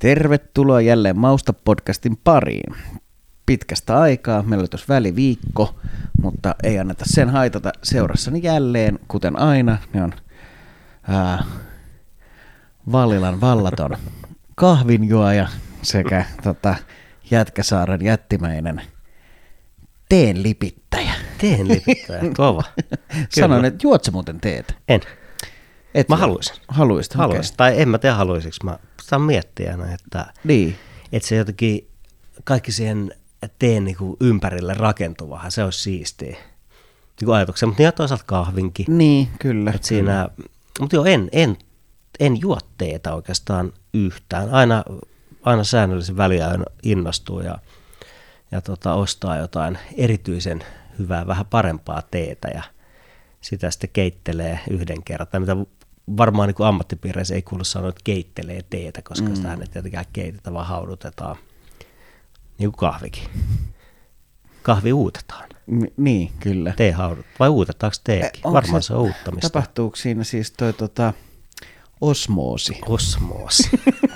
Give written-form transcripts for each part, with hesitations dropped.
Tervetuloa jälleen Mausta-podcastin pariin. Pitkästä aikaa, meillä oli tuossa väliviikko, mutta ei anneta sen haitata. Seurassani jälleen, kuten aina, ne on Vallilan vallaton kahvinjuoja sekä Jätkäsaaren jättimäinen teenlipittäjä. Teenlipittäjä, kova. Sanoin, että juot sä muuten teetä? En. Et mä haluaisin. Haluaisit, okay. Tai en mä tiedä haluaisiksi. Mä saan miettiä aina, että se jotenkin kaikki siihen teen niin kuin ympärille rakentuvahan, se olisi siistiä. Niin kuin ajatuksia, mutta niin toisaalta kahvinkin. Niin, kyllä. Siinä, mutta joo, en juo teetä oikeastaan yhtään. Aina säännöllisen väliajan innostuu ja ostaa jotain erityisen hyvää, vähän parempaa teetä ja sitä sitten keittelee yhden kerran. Mitä varmaan niin kuin ammattipiireissä ei kuulu sanoa, että keittelee teetä, koska sitä ei tietenkään keitetä, vaan haudutetaan. Niin kuin kahvikin. Kahvi uutetaan. Niin, kyllä. Tee haudut. Vai uutetaanko teekin? Varmaan se on uuttamista. Tapahtuuko siinä siis toi osmoosi? Osmoosi.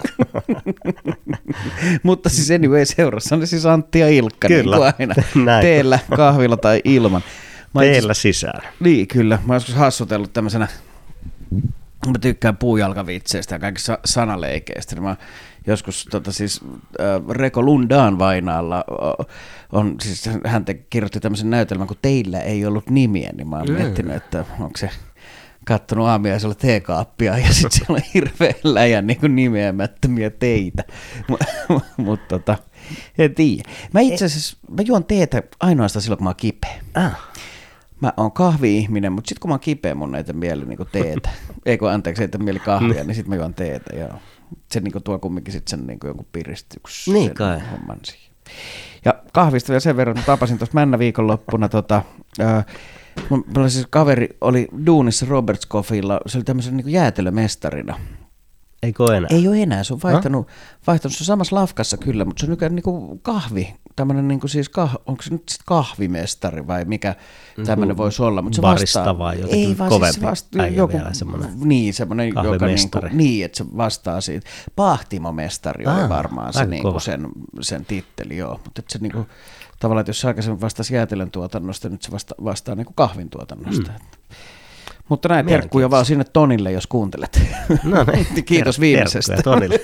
Mutta siis anyway, seurassa on siis Antti ja Ilkka, kyllä, niin kuin aina. Teellä, kahvilla tai ilman. Teellä sisään. Niin, kyllä. Mä oon joskus hassutellut tämmöisenä, mä tykkään puujalkavitseistä ja kaikista sanaleikeistä. Mä joskus Reko Lundaan Vainaalla on, siis hän kirjoitti tämmöisen näytelmän, kun teillä ei ollut nimiä, niin mä oon miettinyt, että onko se kattonut aamiaisella teekaappia ja sitten siellä on hirveän läjän niin kuin nimeämättömiä teitä, mutta en tiedä. Mä itse asiassa, mä juon teetä ainoastaan silloin, kun mä oon kipeä. Mä oon kahvi-ihminen, mutta sitten kun mä oon kipeä, mun ei mieli niinku teetä. Ei mieli kahvia, niin sitten mä juon teetä. Ja se niinku tuo kumminkin sitten sen niinku jonkun piristyksen homman siihen. Ja kahvista vielä sen verran, että tapasin tuossa männä viikonloppuna. Mulla siis kaveri oli duunissa Robert Scoffilla, se oli tämmöisen niinku jäätelömestarina. Eikö ole enää? Ei ole enää, se on vaihtanut, se on samassa lafkassa kyllä, mutta se on nykyään niinku kahvi, tämmöinen niinku siis, onko se nyt sitten kahvimestari vai mikä tämmöinen voisi olla, mutta se barista vai jotenkin kovempi joku, vielä semmoinen. Niin, semmoinen, joka niin, että se vastaa siitä. Pahtimomestari oli varmaan se niinku sen titteli, joo, mutta se niinku tavallaan, että jos se aikaisemmin vastasi jäätelön tuotannosta, nyt se vastaa niinku kahvin tuotannosta. Mutta näin terkkuja vaan sinne Tonille, jos kuuntelet. No niin. Kiitos viimeisestä. Tonille.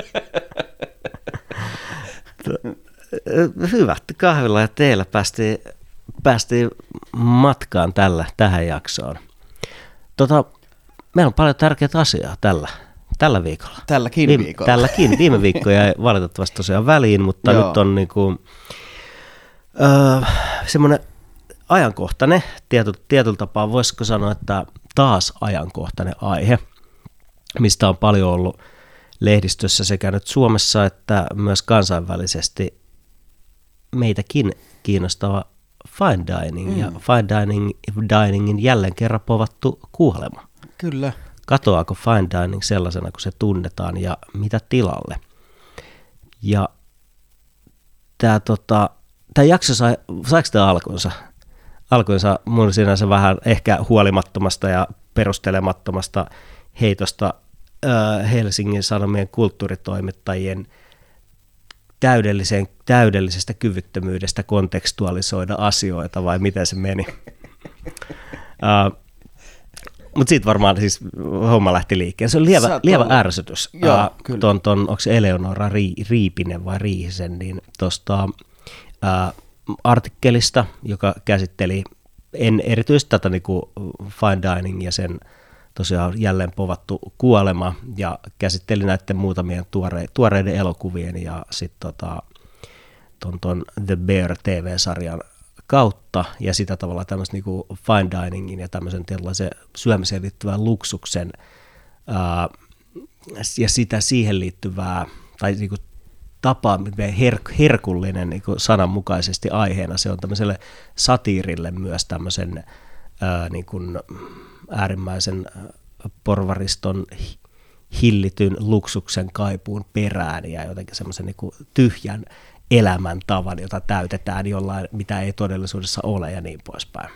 Hyvä, kahvilla ja teillä päästiin matkaan tähän jaksoon. Meillä on paljon tärkeää asiaa tällä viikolla. Tälläkin viime viikko jäi valitettavasti tosiaan väliin, mutta nyt on niinku, semmoinen ajankohtainen, tietyllä tapaa voisiko sanoa, että taas ajankohtainen aihe, mistä on paljon ollut lehdistössä sekä nyt Suomessa että myös kansainvälisesti meitäkin kiinnostava fine dining ja fine diningin jälleen kerran povattu kuolema. Kyllä. Katoaako fine dining sellaisena kuin se tunnetaan ja mitä tilalle? Ja tämä jakso saiko tämä alkuunsa mun sinänsä vähän ehkä huolimattomasta ja perustelemattomasta heitosta Helsingin Sanomien kulttuuritoimittajien täydellisestä kyvyttömyydestä kontekstualisoida asioita, vai miten se meni? Mutta siitä varmaan siis homma lähti liikkeelle. Se on lievä ärsytys. Onko se Eleonora Riipinen vai Riihisen, niin tuosta artikkelista, joka käsitteli erityisesti tätä niinku fine dining ja sen tosiaan jälleen povattu kuolema ja käsitteli näiden muutamien tuoreiden elokuvien ja sitten ton The Bear TV-sarjan kautta ja sitä tavalla tämmöistä niinku fine diningin ja tämmöisen tällaisen syömiseen liittyvän luksuksen ja sitä siihen liittyvää tai niinku tapa, herkullinen niin kuin sananmukaisesti aiheena. Se on tämmöiselle satiirille myös tämmöisen niin kuin äärimmäisen porvariston hillityn luksuksen kaipuun perään ja jotenkin semmoisen niin kuin tyhjän elämäntavan, jota täytetään jollain, mitä ei todellisuudessa ole ja niin poispäin.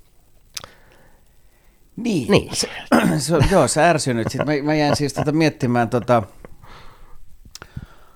Niin. Sä ärsynyt. Sitten mä jäin siis miettimään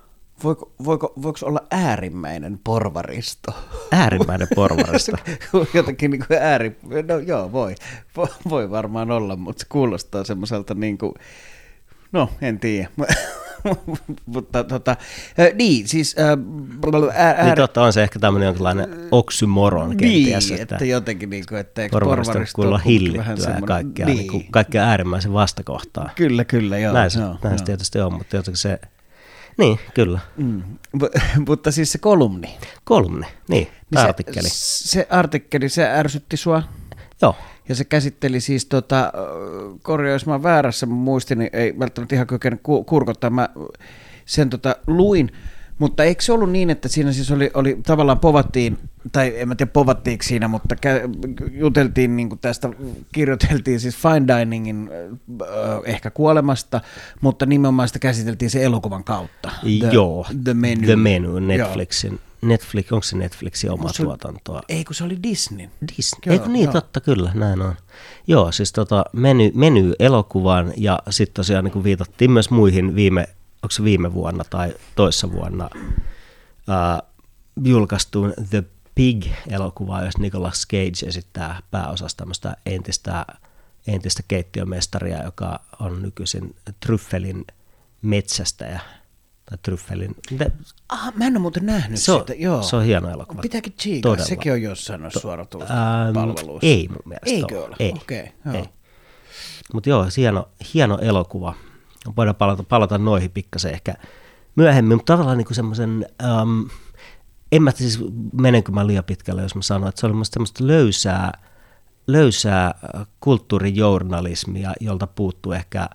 voiko olla äärimmäinen porvaristo? Äärimmäinen porvaristo. Jotenkin niin kuin no joo, voi varmaan olla, mutta se kuulostaa semmoiselta niin kuin, no en tiedä. Mutta niin, siis niin totta on se ehkä tämmöinen jonkinlainen oksymoron kenties. Niin, että jotenkin niin kuin, että eikö porvaristo kuulla hillittyä ja kaikkea, niin kaikkea äärimmäisen vastakohtaa. Kyllä, joo. Näin se tietysti on, mutta jotenkin se, niin, kyllä. Mutta siis se kolumni. Niin artikkeli. Se artikkeli, se ärsytti sua? Joo. Ja se käsitteli siis, korjaa, jos mä oon väärässä, mun muistini ei välttämättä ihan kykene kurkottaa, mä sen luin, mutta eikö se ollut niin, että siinä siis oli tavallaan povattiin, tai en mä tiedä povattiinko siinä, mutta juteltiin niin kuin tästä, kirjoiteltiin siis fine diningin ehkä kuolemasta, mutta nimenomaan sitä käsiteltiin se elokuvan kautta. Joo, The Menu, Netflixin. Netflix, onko se Netflixin oma tuotantoa? Ei, kun se oli Disney. Eikö niin, totta, kyllä, näin on. Joo, siis Menu-elokuvan ja sitten tosiaan niin viitattiin myös muihin onko se viime vuonna tai toissa vuonna julkaistuun The Pig-elokuvaa, jos Nicolas Cage esittää pääosassa tämmöistä entistä keittiömestaria, joka on nykyisin tryffelin metsästäjä. Tai tryffelin. Mä en ole muuten nähnyt sitä. Joo. Se on hieno elokuva. Pitääkin tsiikaa. Sekin on jossain noissa suoratoistopalveluissa. Ei mun mielestä. Eikö ole? Okei. Mutta joo, hieno elokuva. Voidaan palata noihin pikkasen ehkä myöhemmin, mutta tavallaan niinku semmoisen, en mä siis menenkö mä liian pitkälle, jos mä sanon, että se oli semmoista löysää kulttuurijournalismia, jolta puuttuu ehkä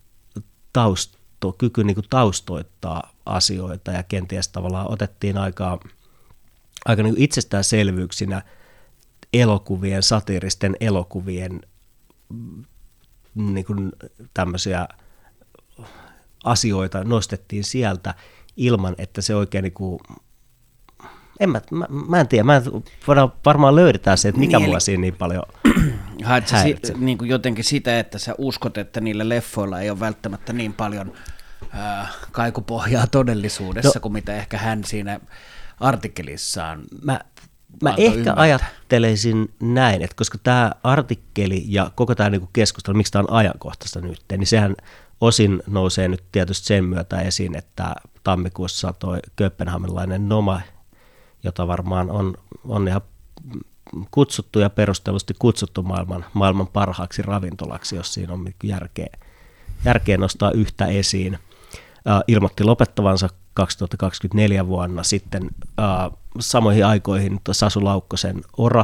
kyky niinku taustoittaa asioita ja kenties tavallaan otettiin aika niinku itsestäänselvyyksinä satiiristen elokuvien niinku tämmöisiä asioita nostettiin sieltä ilman, että se oikein niinku, mä en tiedä, varmaan löydetään se, että mikä mulla siinä niin paljon häiritsee. Niin kuin jotenkin sitä, että sä uskot, että niillä leffoilla ei ole välttämättä niin paljon kaikupohjaa todellisuudessa kuin mitä ehkä hän siinä artikkelissaan Mä ehkä ajattelisin näin, että koska tämä artikkeli ja koko tämä niinku keskustelu, miksi tämä on ajankohtaista nyt, niin sehän osin nousee nyt tietysti sen myötä esiin, että tammikuussa toi kööpenhaminalainen Noma, jota varmaan on ihan kutsuttu ja perustellusti kutsuttu maailman parhaaksi ravintolaksi, jos siinä on järkeä nostaa yhtä esiin, ilmoitti lopettavansa 2024 vuonna. Sitten samoihin aikoihin Sasu Laukkosen Ora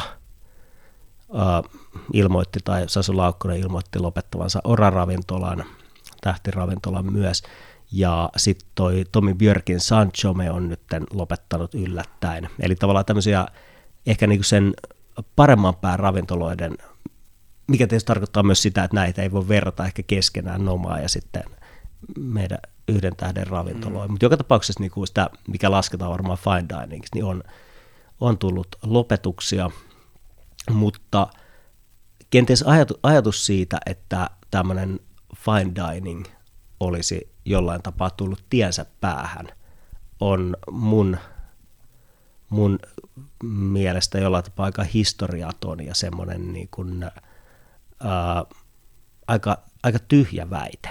Sasu Laukkonen ilmoitti lopettavansa Ora-ravintolan, tähtiravintolan myös, ja sitten toi Tomi Björkin Sanchome on nyt lopettanut yllättäen. Eli tavallaan tämmöisiä ehkä niinku sen paremman pään ravintoloiden, mikä tietysti tarkoittaa myös sitä, että näitä ei voi verrata ehkä keskenään Nomaa ja sitten meidän yhden tähden ravintoloihin. Mutta joka tapauksessa niinku sitä, mikä lasketaan varmaan fine diningiksi, niin on tullut lopetuksia, mutta kenties ajatus siitä, että tämmöinen fine dining olisi jollain tapaa tullut tiensä päähän, on mun mielestä jollain tapaa aika historiaton ja semmoinen niin kuin, aika tyhjä väite.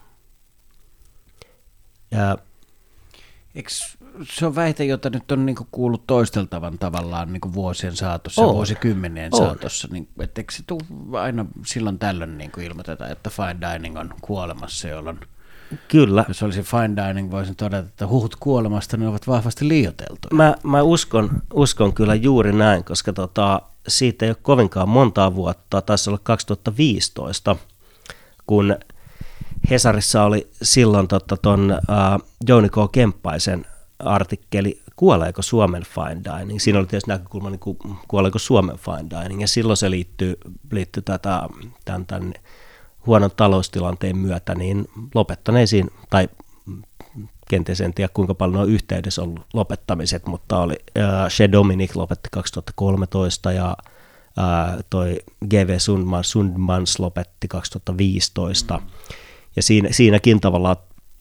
Eikö se on väite, jota nyt on niinku kuullut toisteltavan tavallaan niinku vuosien saatossa, vuosikymmenien saatossa, niin eikö se tule aina silloin tällöin niinku ilmoitetaan, että fine dining on kuolemassa, jolloin kyllä. Jos olisi fine dining, voisin todeta, että huhut kuolemasta ne ovat vahvasti liioiteltuja. Mä uskon kyllä juuri näin, koska siitä ei ole kovinkaan montaa vuotta, taisi olla 2015, kun Hesarissa oli silloin Jouni K. Kemppaisen artikkeli Kuoleeko Suomen fine dining? Siinä oli tietysti näkökulma, niin kuoleeko Suomen fine dining, ja silloin se liittyy tämän huonon taloustilanteen myötä niin lopettaneisiin, tai kenties en tiedä kuinka paljon on yhteydessä ollut lopettamiset, mutta oli Chez Dominique lopetti 2013 ja toi G.V. Sundmans lopetti 2015. Ja siinäkin tavallaan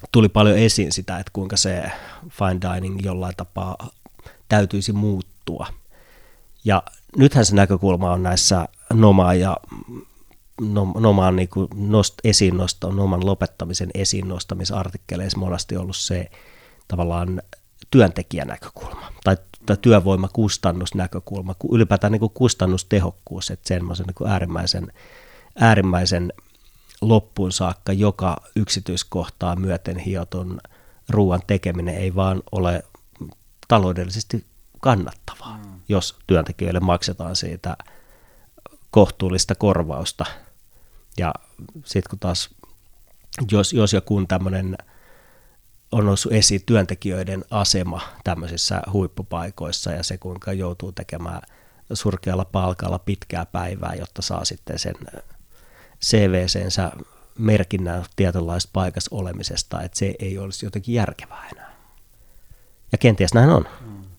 tuli paljon esiin sitä, että kuinka se fine dining jollain tapaa täytyisi muuttua. Ja nythän se näkökulma on näissä Nomaan ja Nomaan niin kuin Noman lopettamisen esiin nostamisartikkeleissa monesti ollut se tavallaan työntekijänäkökulma tai työvoimakustannusnäkökulma, ylipäätään niin kuin kustannustehokkuus, että semmoisen niin kuin äärimmäisen loppuun saakka joka yksityiskohtaa myöten hiotun ruoan tekeminen ei vaan ole taloudellisesti kannattavaa, jos työntekijöille maksetaan siitä kohtuullista korvausta. Ja sitten kun taas, jos ja kun tämmöinen on noussut esiin työntekijöiden asema tämmöisissä huippupaikoissa ja se, kuinka joutuu tekemään surkealla palkalla pitkää päivää, jotta saa sitten sen CV:nsä merkinnän tietynlaista paikassa olemisesta, että se ei olisi jotenkin järkevää enää. Ja kenties näin on.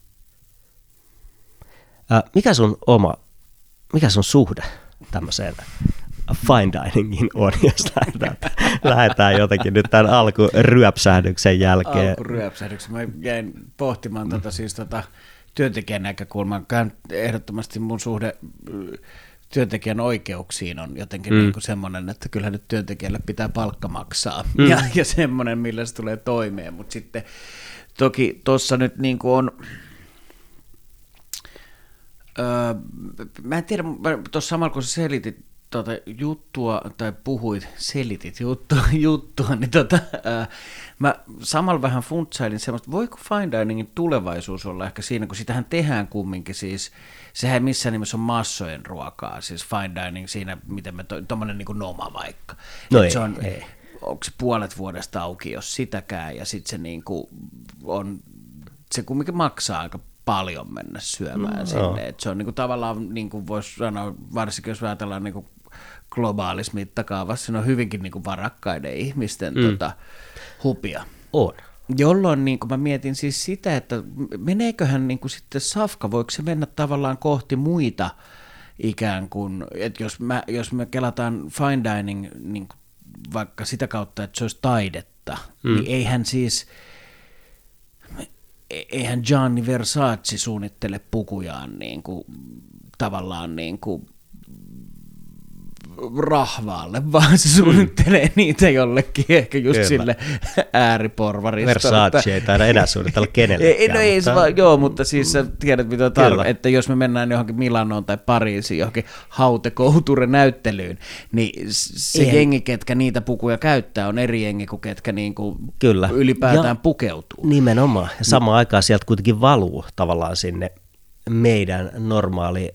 Mikä sun suhde tämmöiseen fine diningin on, jos lähdetään jotenkin nyt tämän alkuryöpsähdyksen jälkeen? Alkuryöpsähdyksen. Mä jäin pohtimaan työntekijän näkökulmaa. Ehdottomasti mun suhde työntekijän oikeuksiin on jotenkin niin kuin semmoinen, että kyllä nyt työntekijälle pitää palkka maksaa ja semmoinen, millä se tulee toimeen, mutta sitten toki tuossa nyt niin kuin on, mä en tiedä, tuossa samalla kun sä selitit juttua tai selitit juttua, niin mä samalla vähän funtsailin semmoista, voiko fine diningin tulevaisuus olla ehkä siinä, kun sitähän tehdään kumminkin siis, sehän ei missään nimessä on massojen ruokaa, siis fine dining siinä, miten me tommonen niin kuin Noma vaikka. No ei. Onko se puolet vuodesta auki, jos sitäkään, ja sitten se niin kuin on, se kumminkin maksaa aika paljon mennä syömään sinne, että se on niin kuin tavallaan, niin kuin voisi sanoa, varsinkin jos ajatellaan niin kuin globaalissa mittakaavassa, se on hyvinkin niin kuin varakkaiden ihmisten hupia. On. Jolloin niin kuin mä mietin siis sitä, että meneeköhän niin kuin sitten safka, voiko se mennä tavallaan kohti muita ikään kuin, että jos me kelataan fine dining niin kuin vaikka sitä kautta, että se olisi taidetta, niin eihän Gianni Versace suunnittele pukujaan niin kuin, tavallaan niin kuin rahvaalle, vaan se suunnittelee niitä jollekin ehkä just kyllä sille ääriporvarista. Versace ei taida enää suunnitella kenellekään. No ei se vaan, joo, mutta siis sä tiedät mitä tarkoittaa, että jos me mennään johonkin Milanoon tai Pariisiin johonkin Haute Couture-näyttelyyn, niin se jengi, ketkä niitä pukuja käyttää, on eri jengi kuin ketkä niinku kyllä ylipäätään pukeutuu. Nimenomaan, ja samaan aikaan sieltä kuitenkin valuu tavallaan sinne meidän normaali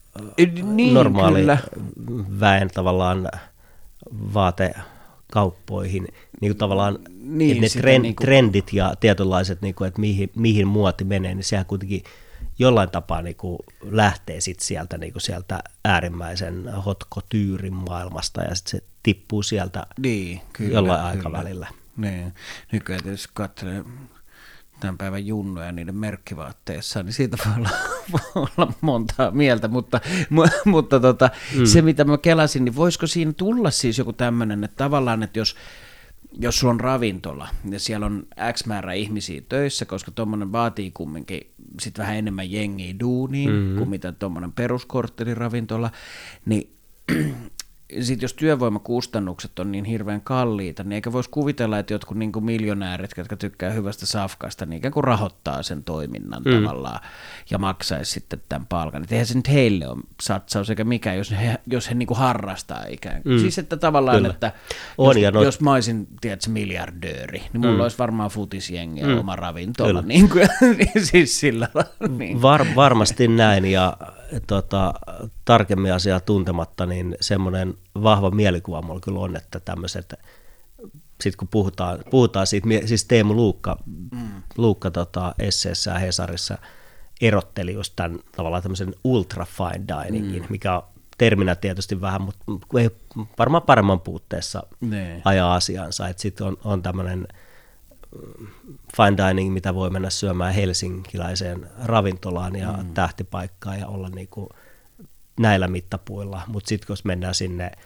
väen tavallaan vaatekauppoihin, niin kuin tavallaan niin, ne trendit ja tietynlaiset, niin kuin, että mihin muoti menee, niin sehän kuitenkin jollain tapaa niin kuin lähtee sieltä, niin kuin sieltä äärimmäisen hot couturen maailmasta ja sitten se tippuu sieltä jollain aikavälillä. Niin, nykyään tietysti katselee tämän päivän junnoja niiden merkkivaatteissa, niin siitä voi olla montaa mieltä, mutta se mitä mä kelasin, niin voisiko siinä tulla siis joku tämmöinen, että tavallaan, että jos sulla on ravintola ja siellä on X määrä ihmisiä töissä, koska tuommoinen vaatii kumminkin sit vähän enemmän jengiä duuniin kuin mitä tuommoinen peruskortteliravintola, niin sitten jos työvoimakustannukset on niin hirveän kalliita, niin eikä voisi kuvitella, että jotkut niin kuin miljonäärit, jotka tykkää hyvästä safkasta, niin ikään kuin rahoittaa sen toiminnan tavallaan ja maksaisi sitten tämän palkan. Että eihän se nyt heille ole satsaus eikä mikään, jos he niin kuin harrastaa ikään kuin. Siis että tavallaan, kyllä, että jos mä olisin, tiedätkö, miljardööri, niin mulla olisi varmaan futisjengi ja oma ravintola. Niin kuin, siis sillä niin. Varmasti näin, ja tarkemmin asiaa tuntematta, niin semmoinen vahva mielikuva mulla kyllä on, että tämmöiset, sitten kun puhutaan siitä, siis Teemu Luukka esseessään Hesarissa erotteli just tämän tavallaan tämmöisen ultra fine diningin, mikä on terminä tietysti vähän, mutta ei varmaan paremman puutteessa ajaa asiansa, että sitten on tämmöinen fine dining, mitä voi mennä syömään helsinkiläiseen ravintolaan ja tähtipaikkaan ja olla niinku näillä mittapuilla, mutta sitten kun mennään sinne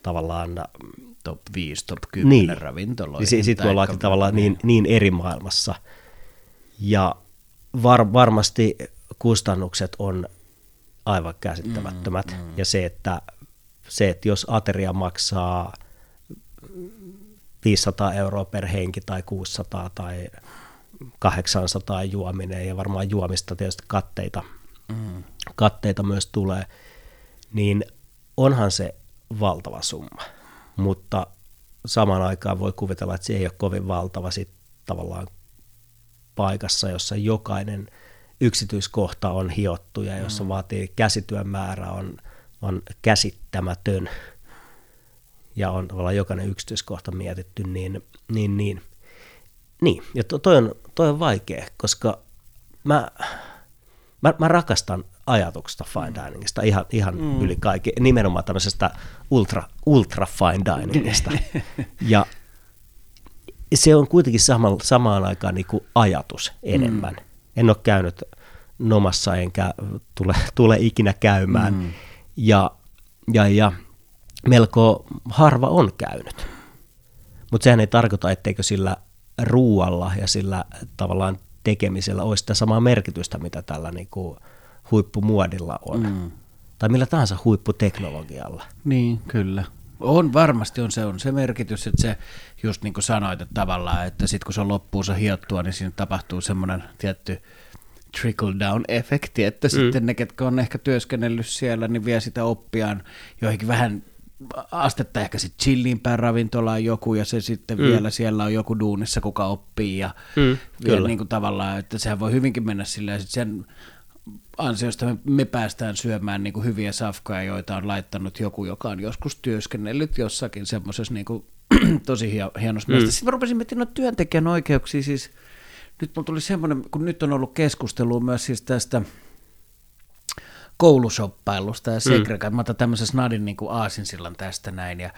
tavallaan... Top 5, top 10 ravintoloihin. Sitten ollaankin tavallaan niin eri maailmassa. Ja varmasti kustannukset on aivan käsittämättömät. Ja se, että jos ateria maksaa 500 € per henki tai 600 tai 800 juominen, ja varmaan juomista tietysti katteita myös tulee, niin onhan se valtava summa. Mutta samaan aikaan voi kuvitella, että se ei ole kovin valtava sit tavallaan paikassa, jossa jokainen yksityiskohta on hiottu ja jossa vaatii käsityön määrä on käsittämätön ja on tavallaan jokainen yksityiskohta mietitty, niin. Ja toi on vaikea, koska mä rakastan ajatuksesta fine diningista ihan yli kaikki, nimenomaan tämmöisestä ultra fine diningista. Ja se on kuitenkin samaan aikaan niin kuin ajatus enemmän. En ole käynyt Nomassa enkä tule ikinä käymään. Ja melko harva on käynyt. Mutta sehän ei tarkoita, etteikö sillä ruualla ja sillä tavallaan tekemisellä olisi sitä samaa merkitystä, mitä tällä niin kuin huippumuodilla on. Tai millä tahansa huipputeknologialla. Niin, kyllä. Varmasti on se merkitys, että se just niin kuin sanoit, että tavallaan, että sitten kun se on loppuunsa hiottua, niin siinä tapahtuu semmoinen tietty trickle-down-efekti, että sitten ne, ketkä on ehkä työskennellyt siellä, niin vie sitä oppiaan joihinkin vähän astetta ehkä sitten chilliimpään ravintolaan joku, ja se sitten vielä siellä on joku duunissa, kuka oppii, ja vielä niin kuin tavallaan, että sehän voi hyvinkin mennä silleen, ja sitten sen ansiosta me päästään syömään niin kuin hyviä safkoja, joita on laittanut joku, joka on joskus työskennellyt jossakin semmoisessa niin kuin tosi hienossa mielestä. Sitten mä rupesin miettimään noita työntekijän oikeuksia, siis nyt mulla tuli semmoinen, kun nyt on ollut keskustelua myös siis tästä koulusoppailusta ja segregaatiosta. Mä otan tämmöisen snadin niin kuin aasinsillan tästä näin, ja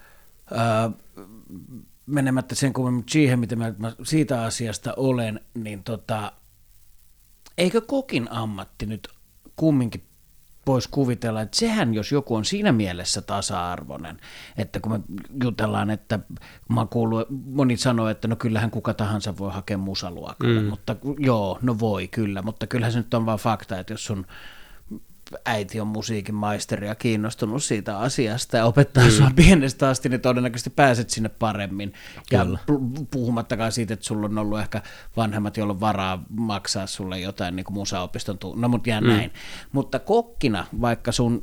menemättä sen kummemmin siihen, mitä mä siitä asiasta olen, niin eikö kokin ammatti nyt kumminkin voisi kuvitella, että sehän jos joku on siinä mielessä tasa-arvoinen, että kun me jutellaan, että mä oon kuullut, moni sanoo, että no kyllähän kuka tahansa voi hakea musaluokalle, mutta joo, no voi kyllä, mutta kyllähän se nyt on vaan fakta, että jos sun äiti on musiikin maisteri ja kiinnostunut siitä asiasta ja opettaa sua pienestä asti, niin todennäköisesti pääset sinne paremmin. Ja puhumattakaan siitä, että sulla on ollut ehkä vanhemmat, joilla on varaa maksaa sulle jotain niin kuin musaopiston no mutta jää näin. Mutta kokkina, vaikka sun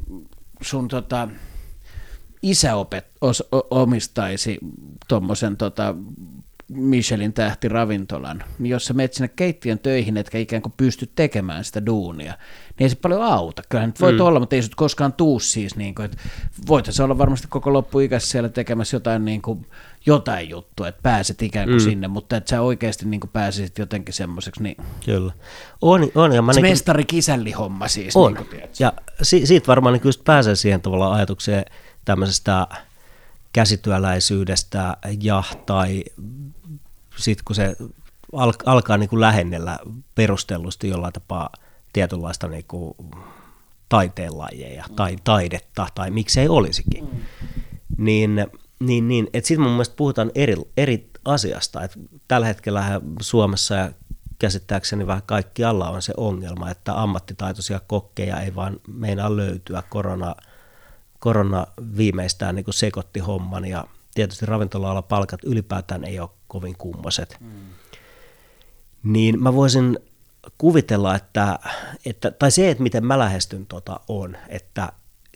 isä omistaisi tuommoisen Michelin tähtiravintolan, niin jos sä menet sinne keittiön töihin, etkä ikään kuin pysty tekemään sitä duunia, niin ei se paljon auta. Kyllähän nyt voit olla, mutta ei sut koskaan tuu siis, niin kuin, että voithan se olla varmasti koko loppuikässä siellä tekemässä jotain juttua, että pääset ikään kuin sinne, mutta että sä oikeasti niin kuin pääsisit jotenkin semmoiseksi. Niin. Kyllä. On, ja se mestari-kisällihomma siis. On, niin kuin, ja siitä varmaan niin just pääsee siihen tavallaan ajatukseen tämmöisestä käsityöläisyydestä tai sitten kun se alkaa niin kuin lähennellä perustellusti jollain tapaa tietynlaista niin kuin taiteenlajeja tai taidetta tai miksei olisikin, niin että sitten mun mielestä puhutaan eri asiasta. Et tällä hetkellä Suomessa ja käsittääkseni vähän kaikkialla on se ongelma, että ammattitaitoisia kokkeja ei vaan meinaa löytyä. Korona viimeistään niin kuin sekoitti homman ja tietysti ravintola-alan palkat ylipäätään ei ole kovin kummoset. Niin mä voisin kuvitella, että miten mä lähestyn on, että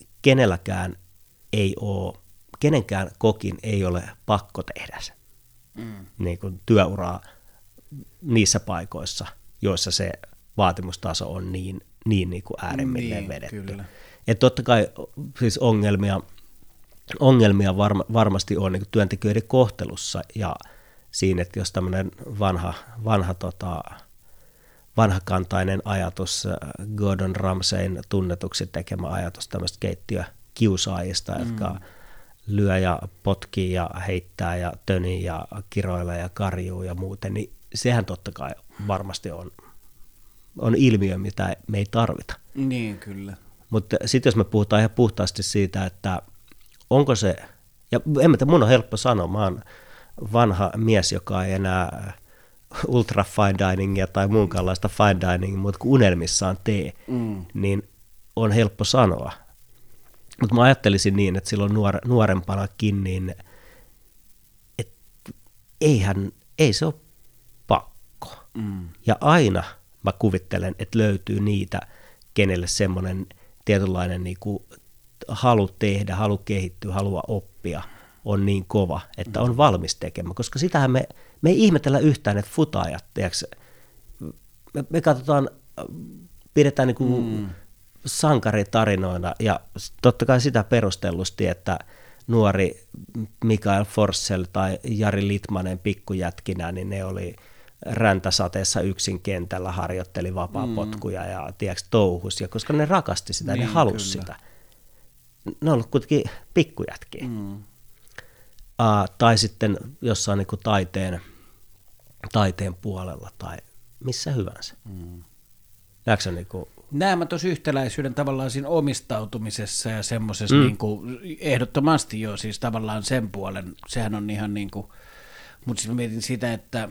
kenenkään kokin ei ole pakko tehdä se niin kuin työuraa niissä paikoissa, joissa se vaatimustaso on niin kuin äärimmilleen vedetty. Kyllä. Että totta kai siis ongelmia varmasti on niin kuin työntekijöiden kohtelussa ja siinä, että jos tämmöinen vanhakantainen ajatus, Gordon Ramsayn tunnetuksi tekemä ajatus tämmöistä keittiökiusaajista, jotka lyö ja potkii ja heittää ja tönii ja kiroilee ja karjuu ja muuten, niin sehän totta kai varmasti on ilmiö, mitä me ei tarvita. Niin, kyllä. Mutta sitten jos me puhutaan ihan puhtaasti siitä, että onko se Ja en mä tiedä, mun on helppo sanoa, mä oon vanha mies, joka ei enää ultra fine diningia tai muunkaanlaista fine diningia, mutta kun unelmissaan tee, niin on helppo sanoa. Mutta mä ajattelisin niin, että silloin nuorempanakin, niin ei se ole pakko. Ja aina mä kuvittelen, että löytyy niitä, kenelle semmoinen tietynlainen niinku halu tehdä, halu kehittyä, halua oppia on niin kova, että on valmis tekemään. Koska sitähän me ei ihmetellä yhtään, että futaajat, me katsotaan, pidetään niinku sankaritarinoina ja totta kai sitä perustellusti, että nuori Mikael Forssell tai Jari Litmanen pikkujätkinä, niin ne oli räntäsateessa yksin kentällä, harjoitteli vapaapotkuja ja touhus, ja koska ne rakasti sitä, niin, ne halusi sitä. Ne on ollut kuitenkin pikkujätkiä. Tai sitten jossain niin kuin taiteen puolella tai missä hyvänsä. Näetkö niin kuin näen mä tuossa yhtäläisyyden tavallaan siinä omistautumisessa ja semmoisessa niin kuin, ehdottomasti jo siis tavallaan sen puolen, sehän on ihan niin kuin, mutta sitten mietin sitä, että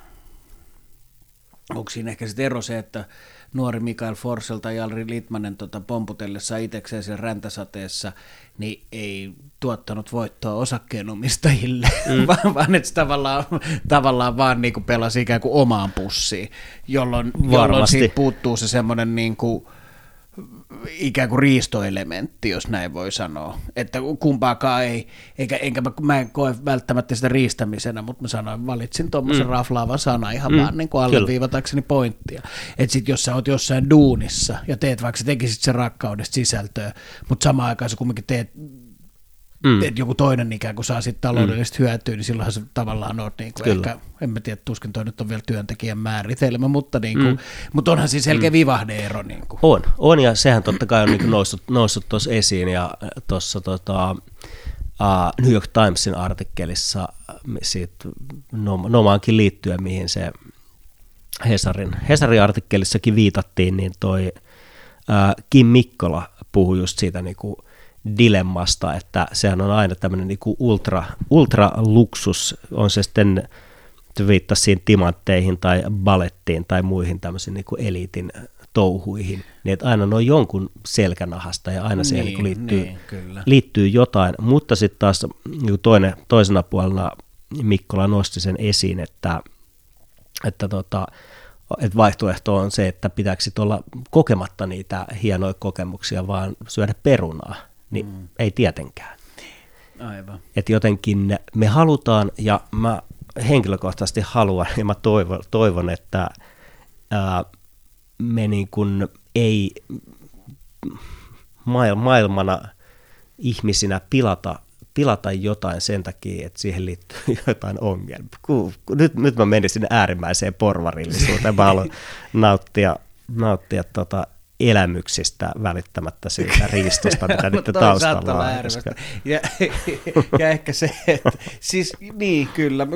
onko siinä ehkä sitten ero se, että nuori Mikael Forssell tai Jari Litmanen pomputellessa itsekseen siellä räntäsateessa, niin ei tuottanut voittoa osakkeenomistajille, vaan että se tavallaan vaan niin kuin pelasi ikään kuin omaan pussiin, jolloin siitä puuttuu se semmoinen niin kuin ikään kuin riistoelementti, jos näin voi sanoa, että kumpaakaan ei, mä en koe välttämättä sitä riistämisenä, mutta mä sanoin, valitsin tuommoisen raflaavan sana ihan vaan niin kuin alleviivatakseni pointtia, että sit jos sä oot jossain duunissa ja teet, vaikka sä tekisit sen rakkaudesta sisältöä, mutta samaan aikaan sä kumminkin teet joku toinen ikään kuin saa sitten taloudellisesti hyötyä, niin silloinhan se tavallaan on niin kuin ehkä, en mä tiedä, tuskin toi nyt on vielä työntekijän määritelmä, mutta, niin kuin, mutta onhan siis selkeä vivahde-ero. Niin kuin. On, ja sehän totta kai on niin kuin noussut tuossa esiin, ja tuossa New York Timesin artikkelissa siitä Nomaankin liittyen, mihin se Hesarin artikkelissakin viitattiin, niin toi Kim Mikkola puhui just siitä niin kuin dilemmasta, että sehän on aina tämmöinen niinku ultraluksus, on se sitten, viittasi siihen timantteihin tai balettiin tai muihin tämmöisiin niinku eliitin touhuihin, niin että aina ne on jonkun selkänahasta ja aina siihen niinku liittyy jotain, mutta sitten taas niinku toisena puolena Mikkola nosti sen esiin, että vaihtoehto on se, että pitääkö sit olla kokematta niitä hienoja kokemuksia, vaan syödä perunaa. Niin ei tietenkään. Aivan. Että jotenkin me halutaan, ja mä henkilökohtaisesti haluan, ja mä toivon että me niin kuin ei maailmana ihmisinä pilata jotain sen takia, että siihen liittyy jotain ongelmia. Nyt mä menin sinne äärimmäiseen porvarillisuuteen. Mä haluan nauttia elämyksistä välittämättä siitä riistosta, mitä nyt taustalla on. Ja ehkä se, että siis niin kyllä,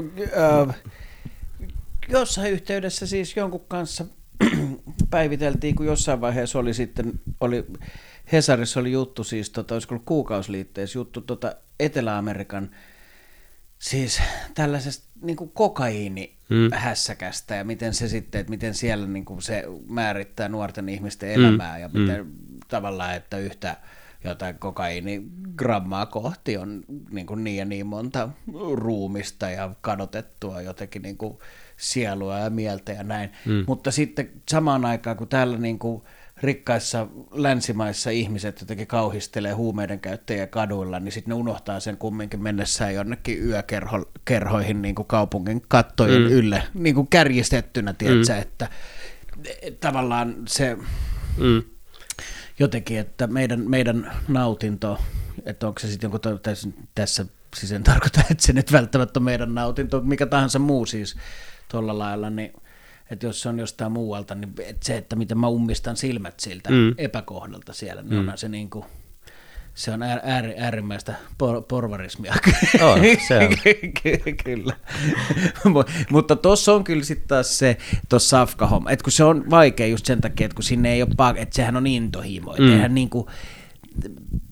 jossain yhteydessä siis jonkun kanssa päiviteltiin, kun jossain vaiheessa oli Hesarissa oli juttu, siis olisiko ollut Kuukausiliitteessä juttu Etelä-Amerikan siis tällaisesta niin kuin kokaiinihässäkästä ja miten se sitten, että miten siellä niin kuin se määrittää nuorten ihmisten elämää ja miten tavallaan, että yhtä jotain kokaiinigrammaa kohti on niin ja niin monta ruumista ja kadotettua jotenkin niin kuin sielua ja mieltä ja näin. Mutta sitten samaan aikaan, kun täällä niin kuin rikkaissa länsimaissa ihmiset jotenkin kauhistelee huumeiden käyttäjiä kaduilla, niin sitten ne unohtaa sen kumminkin mennessään jonnekin yökerhoihin niin kuin kaupungin kattojen ylle, niin kuin kärjistettynä, tiedätkö, että tavallaan se jotenkin, että meidän nautinto, että onko se sitten jonkun tässä, siis en tarkoita, että se nyt välttämättä on meidän nautinto, mikä tahansa muu siis tuolla lailla, niin että jos se on jostain muualta, niin että se, että miten mä ummistan silmät siltä epäkohdalta siellä, niin onhan se niin kuin, se on äärimmäistä porvarismia. On, se on. Kyllä. Mutta tuossa on kyllä sitten taas se, tuossa safka-homma, että kun se on vaikea just sen takia, että kun sinne ei ole että sehän on intohimo, että eihän niin kuin,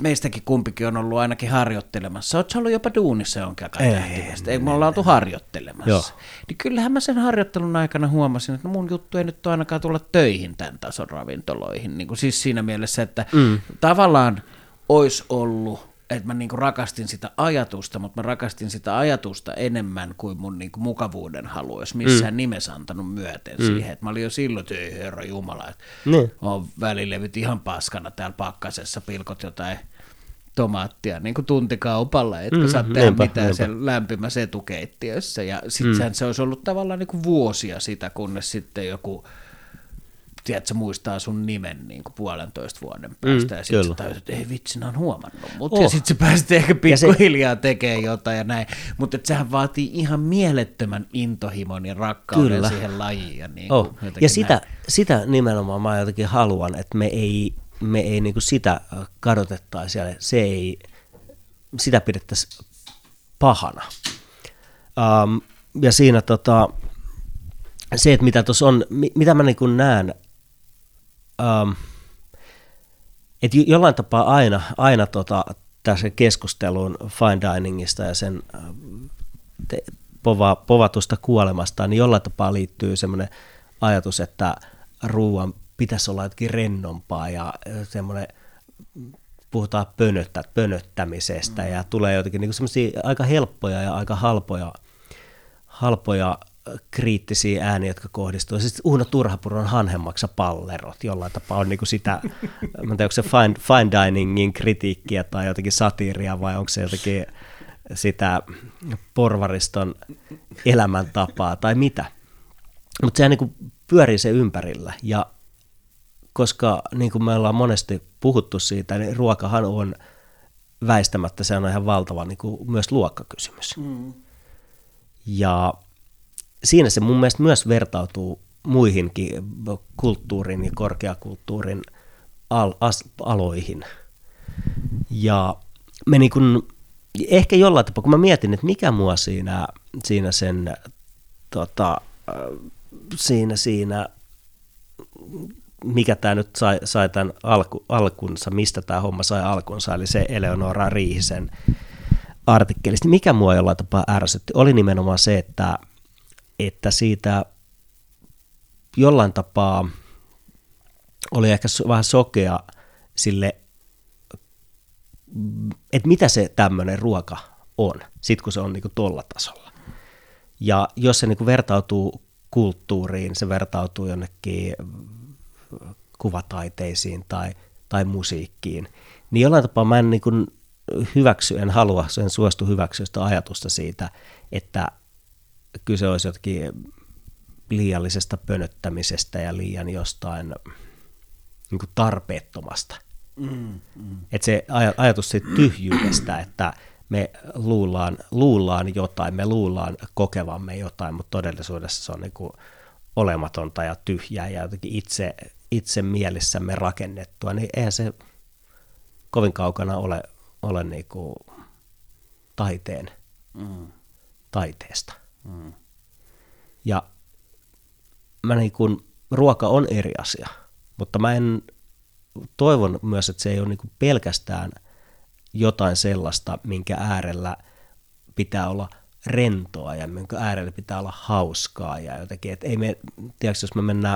meistäkin kumpikin on ollut ainakin harjoittelemassa. Oletko ollut jopa duunissa jonkin aikaa Tähtimestä? Ei, me ollaan oltu harjoittelemassa. Joo. Niin kyllähän mä sen harjoittelun aikana huomasin, että mun juttu ei nyt ole ainakaan tulla töihin tämän tason ravintoloihin. Niin kuin siis siinä mielessä, että tavallaan olisi ollut, että mä niinku rakastin sitä ajatusta, mutta mä rakastin sitä ajatusta enemmän kuin mun niinku mukavuuden halu, jos missään nimessä antanut myöten siihen. Että mä olin jo silloin, että ei herra jumala, että on välilevyt ihan paskana täällä pakkasessa, pilkot jotain tomaattia niin kuin tuntikaupalla, etkä saa tehdä mitään sen lämpimässä etukeittiössä. Ja sitten se olisi ollut tavallaan niin kuin vuosia sitä, kunnes sitten joku, tiedätkö, muistaa sun nimen niin kuin 1,5 vuoden päästä, ja sitten sä tajut, että ei vitsi, mä oon huomannut mut. Ja sitten sä pääsit ehkä pikkuhiljaa tekemään jotain ja näin, mutta sehän vaatii ihan mielettömän intohimon ja rakkauden siihen lajiin. Ja, niin ja sitä nimenomaan mä jotenkin haluan, että me ei niin kuin sitä kadotettaisi ja sitä pidettäisiin pahana. Ja siinä se, että mitä tuossa on, mitä mä niin kuin näen, että jollain tapaa aina tässä keskusteluun fine diningista ja sen povatusta kuolemasta, niin jollain tapaa liittyy semmoinen ajatus, että ruoan pitäisi olla jotenkin rennompaa ja semmoinen, puhutaan pönöttämisestä ja tulee jotenkin niin semmoisia aika helppoja ja aika halpoja kriittisiä ääniä, jotka kohdistuu. Siis Uno Turhapuron Hanhenmaksa pallerot jollain tapaa on niinku sitä, mä en tiedä, onko se fine diningin kritiikkiä tai jotenkin satiiria vai onko se jotenkin sitä porvariston elämäntapaa tai mitä. Mutta sehän niinku pyörii se ympärillä ja koska niin kuin me ollaan monesti puhuttu siitä, niin ruokahan on väistämättä, se on ihan valtava niin kuin myös luokkakysymys. Ja siinä se mun mielestä myös vertautuu muihinkin kulttuurin ja korkeakulttuurin aloihin. Ja me niin kuin, ehkä jollain tapaa, kun mä mietin, että mikä mua siinä sen siinä mikä tämä nyt sai tämän alkunsa, mistä tämä homma sai alkunsa, eli se Eleonora Riihisen artikkelista, mikä mua jollain tapaa ärsytti, oli nimenomaan se, että siitä jollain tapaa oli ehkä vähän sokea sille, että mitä se tämmöinen ruoka on, sit kun se on niinku tolla tasolla. Ja jos se niinku vertautuu kulttuuriin, se vertautuu jonnekin kuvataiteisiin tai musiikkiin, niin jollain tapaa mä en niin kuin en halua, en suostu hyväksyä sitä ajatusta siitä, että kyse olisi jotenkin liiallisesta pönöttämisestä ja liian jostain niin kuin tarpeettomasta. Että se ajatus siitä tyhjyydestä, että me luullaan jotain, me luullaan kokevamme jotain, mutta todellisuudessa se on niin kuin olematonta ja tyhjää ja jotenkin itse mielessämme rakennettua, niin eihän se kovin kaukana ole niin kuin taiteesta. Ja mä niin kuin, ruoka on eri asia, mutta mä toivon myös, että se ei ole niin kuin pelkästään jotain sellaista, minkä äärellä pitää olla rentoa ja minkä äärellä pitää olla hauskaa ja jotenkin, että ei me, tiedätkö, jos me mennään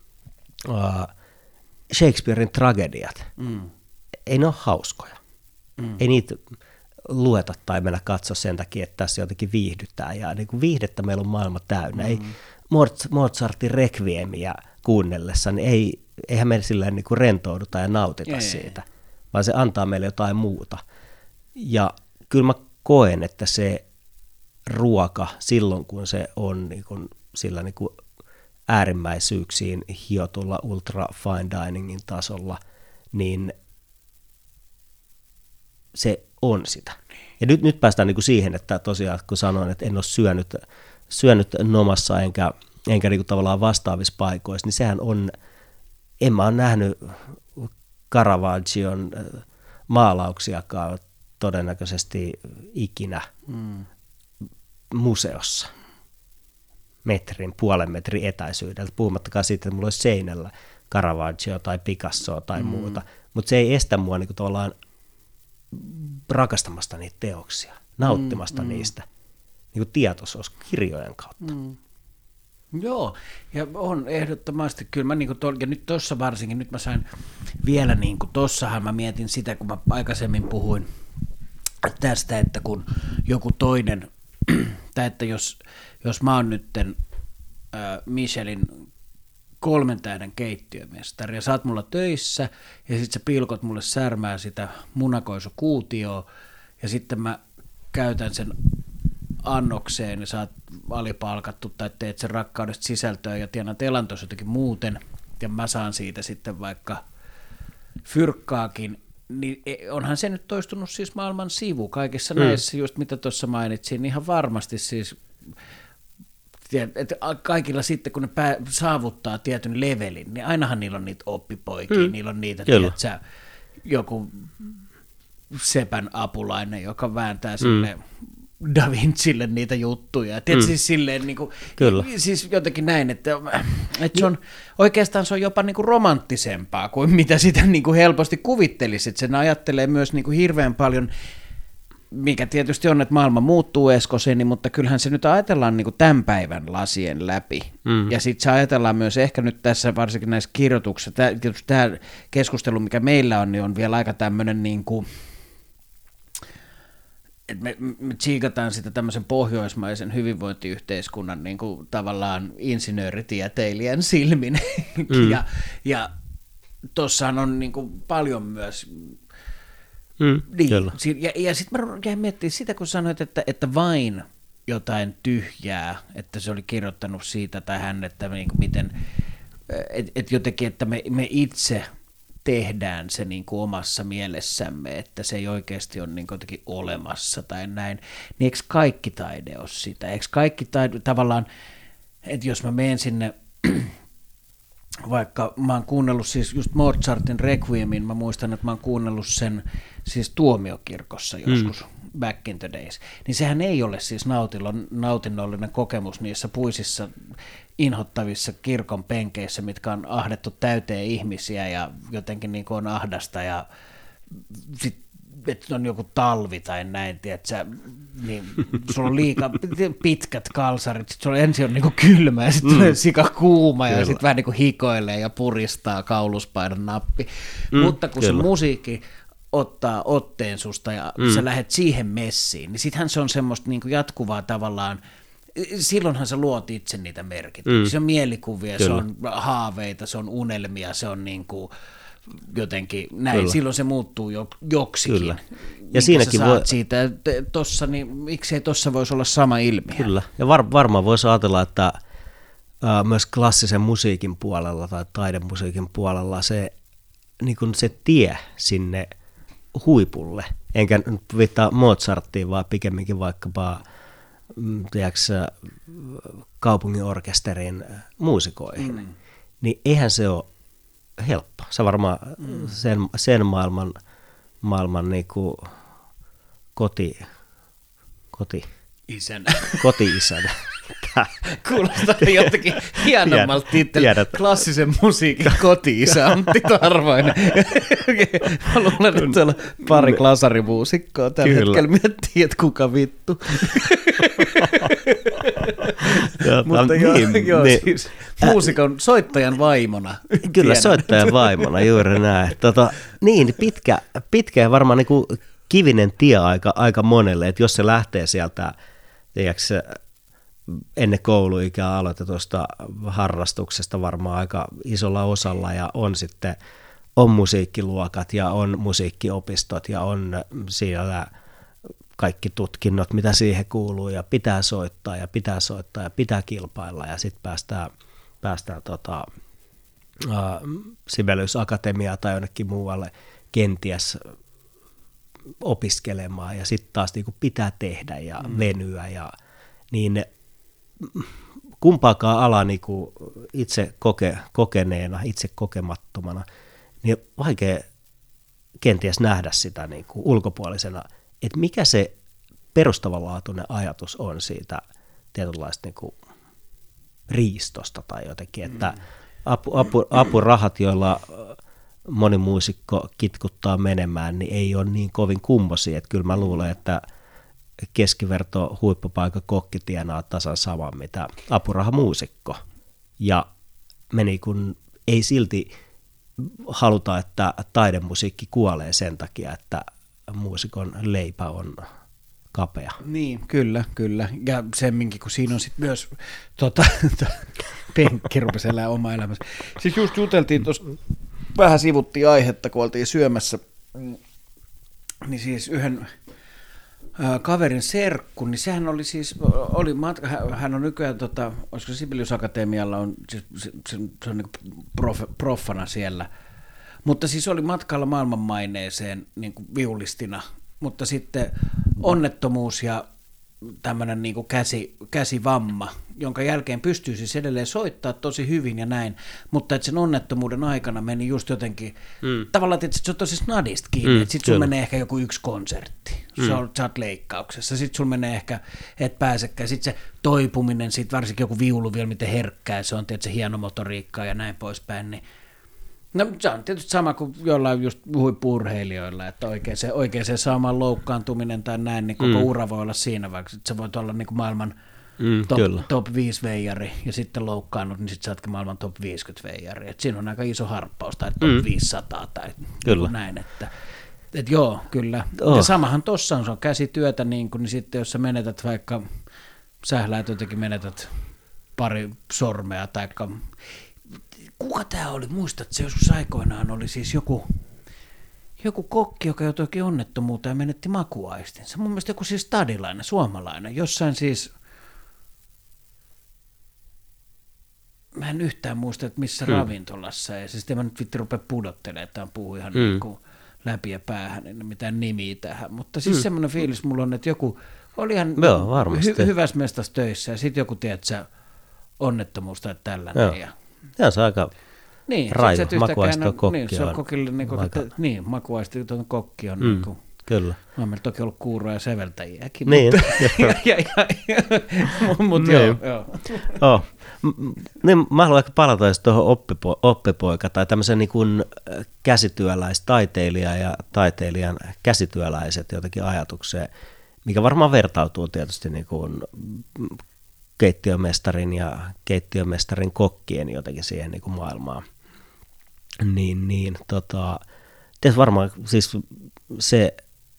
Shakespearein tragediat, ei ne ole hauskoja. Ei niitä lueta tai mennä katsoa sen takia, että tässä jotenkin viihdytään ja niin kuin viihdettä meillä on maailma täynnä. Ei Mozartin Requiemia kuunnellessa, niin eihän me silleen niin kuin rentouduta ja nautita siitä, vaan se antaa meille jotain muuta. Ja kyllä mä koen, että se ruoka silloin, kun se on niin kuin sillä niin kuin äärimmäisyyksiin hiotulla ultra fine diningin tasolla, niin se on sitä. Ja nyt päästään niin kuin siihen, että tosiaan kun sanoin, että en ole syönyt nomassa enkä niin kuin tavallaan vastaavissa paikoissa, niin sehän on, en mä ole nähnyt Caravaggion maalauksiakaan todennäköisesti ikinä museossa puolen metrin etäisyydeltä, puhumattakaan siitä, että mulla olisi seinällä Caravaggio tai Picassoa tai muuta, mutta se ei estä mua niin kuin tavallaan rakastamasta niitä teoksia, nauttimasta niistä niin kuin tietoisuus kirjojen kautta. Joo, ja on ehdottomasti, kyllä mä niinku ja nyt tuossa varsinkin, nyt mä sain vielä niinku, tossahan mä mietin sitä, kun mä aikaisemmin puhuin tästä, että kun joku toinen, tai että jos mä oon nytten Michelin 3 tähden keittiömestari, ja sä oot mulla töissä, ja sit sä pilkot mulle särmää sitä munakoisukuutioa, ja sitten mä käytän sen annokseen, ja sä oot alipalkattu, tai teet sen rakkaudesta sisältöä, ja tienat elantos jotenkin muuten, ja mä saan siitä sitten vaikka fyrkkaakin, niin onhan se nyt toistunut siis maailman sivu kaikissa näissä, just mitä tuossa mainitsin, niin ihan varmasti siis, että kaikilla sitten, kun ne saavuttaa tietyn levelin, niin ainahan niillä on niitä oppipoikia, niillä on niitä, tiedätkö, joku sepän apulainen, joka vääntää sille Da Vincille niitä juttuja. Siis silleen niin kuin, siis jotenkin näin, että se on, oikeastaan se on jopa niin kuin romanttisempaa kuin mitä sitä niin kuin helposti kuvittelisi. Että sen ajattelee myös niin kuin hirveän paljon, mikä tietysti on, että maailma muuttuu eskoseni, mutta kyllähän se nyt ajatellaan niin kuin tämän päivän lasien läpi. Ja sitten se ajatellaan myös ehkä nyt tässä varsinkin näissä kirjoituksissa, tämä keskustelu, mikä meillä on, niin on vielä aika tämmöinen niin kuin, että me tsiikataan sitä tämmöisen pohjoismaisen hyvinvointiyhteiskunnan niin kuin tavallaan insinööritieteilijän silmin. Ja tossahan on niin kuin paljon myös. Ja sitten mä jäin miettimään sitä, kun sanoit, että vain jotain tyhjää, että se oli kirjoittanut siitä tai hän, että niin kuin miten, että jotenkin, että me itse tehdään se niin kuin omassa mielessämme, että se ei oikeasti ole niin kuin jotenkin olemassa tai näin, niin eikö kaikki taide ole sitä? Eikö kaikki taide tavallaan, että jos mä menen sinne, vaikka mä oon kuunnellut siis just Mozartin Requiemin, mä muistan, että mä oon kuunnellut sen siis tuomiokirkossa joskus, back in the days, niin sehän ei ole siis nautinnollinen kokemus niissä puisissa inhottavissa kirkon penkeissä, mitkä on ahdettu täyteen ihmisiä ja jotenkin niin kuin on ahdasta ja sitten että on joku talvi tai näin, tiedätkö, niin sulla on liikaa pitkät kalsarit, sitten sulla ensin on niin kuin kylmä ja sitten tulee sika kuuma ja sitten vähän niin kuin hikoilee ja puristaa kauluspaidan nappi, mutta kun se musiikki ottaa otteen susta ja sä lähdet siihen messiin, niin sittenhän se on semmoista niin kuin jatkuvaa tavallaan, silloinhan sä luot itse niitä merkityksiä, se on mielikuvia, se on haaveita, se on unelmia, se on niin kuin jotenkin näin, silloin se muuttuu joksikin. Kyllä. Ja siinäkin sä saat siitä, tossa, niin miksei tossa voisi olla sama ilmiö? Kyllä, ja varmaan voisi ajatella, että myös klassisen musiikin puolella tai taidemusiikin puolella se, niin kuin se tie sinne huipulle, enkä viittaa Mozarttiin, vaan pikemminkin vaikkapa kaupunginorkesterin muusikoihin, niin eihän se ole helppo. Se varmaan sen maailman niinku koti-isänä. Kuulostaa jotenkin hienommalta titteliltä. Klassisen musiikin koti-isä Antti Tarvoinen. Mä luulen, että siellä pari klasarimuusikkoa tällä hetkellä miettii, että kuka vittu. Mutta joo, siis muusikon soittajan vaimona. Kyllä, soittajan vaimona, juuri näin. Niin, pitkä ja varmaan niin kuin kivinen tie aika monelle, että jos se lähtee sieltä, tiedätkö, ennen kouluikää aloitetusta harrastuksesta varmaan aika isolla osalla ja on musiikkiluokat ja on musiikkiopistot ja on siellä kaikki tutkinnot, mitä siihen kuuluu ja pitää soittaa ja pitää kilpailla ja sitten päästään Sibelius Akatemiaa tai jonnekin muualle kenties opiskelemaan ja sitten taas niinku pitää tehdä ja venyä ja niin kumpaakaan alaa niinku itse kokeneena, itse kokemattomana, niin vaikea kenties nähdä sitä niinku ulkopuolisena, että mikä se perustavanlaatuinen ajatus on siitä tietynlaista niinku riistosta tai jotenkin, että apurahat, joilla moni muusikko kitkuttaa menemään, niin ei ole niin kovin kummosia. Että kyllä mä luulen, että keskiverto huippupaikka kokki tienaa tasan saman, mitä apurahamuusikko. Ja meni kun ei silti haluta, että taidemusiikki kuolee sen takia, että muusikon leipä on kapea. Niin, kyllä. Ja semminkin, kun siinä on sitten myös penkki rupesi elää oma elämässä. Siis just juteltiin tuossa, vähän sivuttiin aihetta, kun oltiin syömässä, niin siis yhden kaverin serkku, niin sehän oli siis, hän on nykyään, olisiko Sibelius Akatemialla, se on niin proffana siellä, mutta siis oli matkalla maailmanmaineeseen niin kuin viulistina, mutta sitten onnettomuus ja tämmöinen niin kuin käsivamma, jonka jälkeen pystyy siis edelleen soittaa tosi hyvin ja näin, mutta että sen onnettomuuden aikana meni just jotenkin, tavallaan että se on tosi snadista kiinni, että sitten sulla menee ehkä joku yksi konsertti, sä oot leikkauksessa, sitten sulla menee ehkä, et pääsekään, sitten se toipuminen, sitten varsinkin joku viulu vielä, miten herkkää se on, tietysti hieno motoriikkaa ja näin poispäin, niin no se on tietysti sama kuin jollain just huippu-urheilijoilla, että oikein se saamaan loukkaantuminen tai näin, niin koko ura voi olla siinä, vaikka se voi olla niin kuin maailman top 5 veijari ja sitten loukkaannut, niin sitten sä ootkin maailman top 50 veijari. Et siinä on aika iso harppaus tai top 500 tai näin, että joo, kyllä. Ja samahan tossa on, se on käsityötä, niin sitten jos sä menetät vaikka, sähläät jotenkin menetät pari sormea tai kuka tämä oli? Muistat, se joskus aikoinaan oli siis joku kokki, joka joutui onnettomuuteen ja menetti makuaistinsa. Mun mielestä joku siis stadilainen, suomalainen, jossain siis, mä en yhtään muista, että missä ravintolassa, ja sitten mä nyt vitti rupea pudottelemaan, että puhuu ihan niin kuin läpi ja päähän, en mitään nimiä tähän, mutta siis semmoinen fiilis mulla on, että joku oli ihan hyvässä mestassa töissä, ja sitten joku, tiedätkö, onnettomuus tai tällainen, ja tämä on aika raju, makuaisto kokki niin, se on kokille, niin makuaisto kokki on niin kuin, kyllä. On meillä toki ollut kuuroja ja säveltäjiäkin, niin. mutta joo. Niin, mä haluan ehkä palata tuohon oppipoika tai tämmöisen niin kuin käsityöläistaiteilija ja taiteilijan käsityöläiset jotenkin ajatukseen, mikä varmaan vertautuu tietysti niin kuin keittiömestarin ja keittiömestarin kokkien jotenkin siihen niin kuin maailmaan. Tietysti varmaan siis se,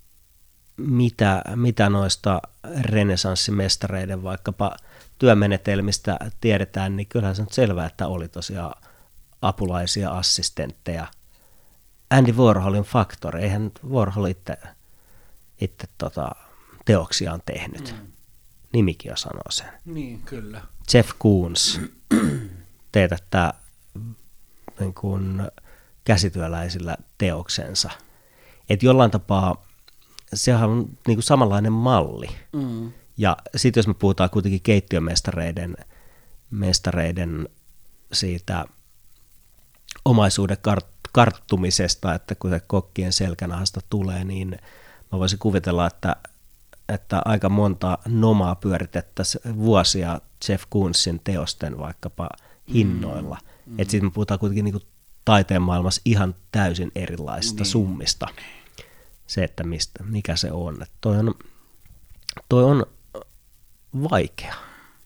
mitä noista renesanssimestareiden vaikkapa työmenetelmistä tiedetään, niin kyllähän se on selvää, että oli tosiaan apulaisia assistentteja. Andy Warholin faktori, eihän Warhol itse teoksiaan tehnyt. Nimikin jo sanoo sen. Niin, kyllä. Jeff Koons teetättää niin kuin käsityöläisillä teoksensa. Että jollain tapaa sehän on niin kuin samanlainen malli. Ja sitten jos me puhutaan kuitenkin keittiömestareiden siitä omaisuuden karttumisesta, että kun se kokkien selkänahasta tulee, niin mä voisin kuvitella, että aika monta nomaa pyöritettäisiin vuosia Jeff Koonsin teosten vaikkapa hinnoilla. Että sitten me puhutaan kuitenkin niinku taiteen maailmassa ihan täysin erilaisista summista. Se, että mikä se on. Että toi on vaikea.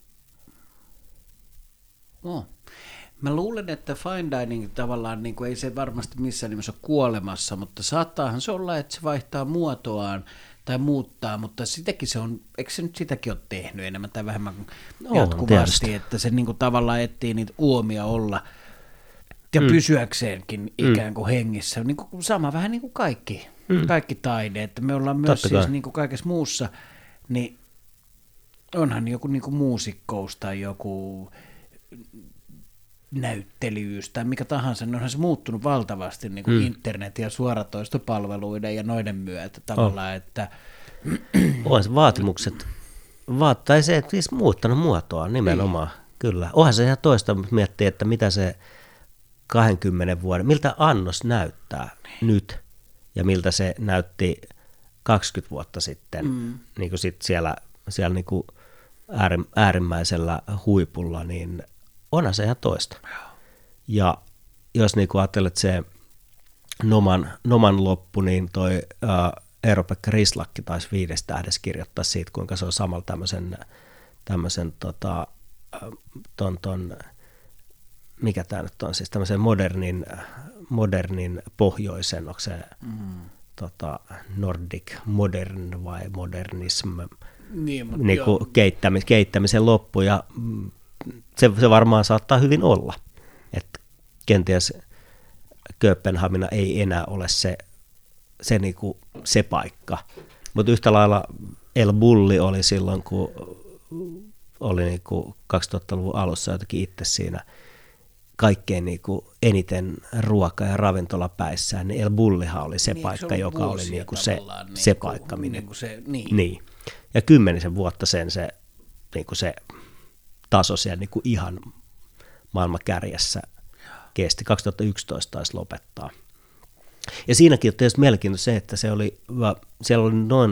Mä luulen, että fine dining tavallaan niin kuin ei se varmasti missään nimessä ole kuolemassa, mutta saattaahan se olla, että se vaihtaa muotoaan tai muuttaa, mutta sitäkin se on, eikö se nyt sitäkin ole tehnyt enemmän tai vähemmän jatkuvasti, että se niin kuin tavallaan etsii niitä uomia olla ja pysyäkseenkin ikään kuin hengissä. Niin kuin sama vähän niin kuin kaikki taide, että me ollaan myös siis niin kuin kaikessa muussa, niin onhan joku niin kuin muusikkous tai joku näyttelyys tai mikä tahansa, niin onhan se muuttunut valtavasti niin kuin internet- ja suoratoistopalveluiden ja noiden myötä tavallaan, että onhan se vaatimukset, tai se siis muuttanut muotoa nimenomaan, kyllä. Onhan se ihan toista miettiä, että mitä se 20 vuoden, miltä annos näyttää nyt ja miltä se näytti 20 vuotta sitten, niin kuin sit siellä niin kuin äärimmäisellä huipulla, niin onhan se ihan toista. Ja jos niin kuin ajattelet se Noman loppu, niin toi Eero-Pekka Rislakki taisi 5 tähdessä kirjoittaa siitä, kuinka se on samalla tämmöisen mikä tämä nyt on, siis tämmöisen modernin pohjoisen, onko se Nordic modern vai modernism, niin kuin keittämisen loppu, ja se varmaan saattaa hyvin olla, että kenties Kööpenhamina ei enää ole se paikka, mutta yhtä lailla El Bulli oli silloin, kun oli niin kuin 2000-luvun alussa jotenkin itse siinä kaikkein niin kuin eniten ruoka- ja ravintolapäissään, niin El Bullihan oli se paikka, joka oli niin kuin se paikka. Niin. Ja 10 vuotta se taso siellä niin kuin ihan maailman kärjessä kesti. 2011 taisi lopettaa. Ja siinäkin on tietysti mielenkiintoista se, että siellä oli noin,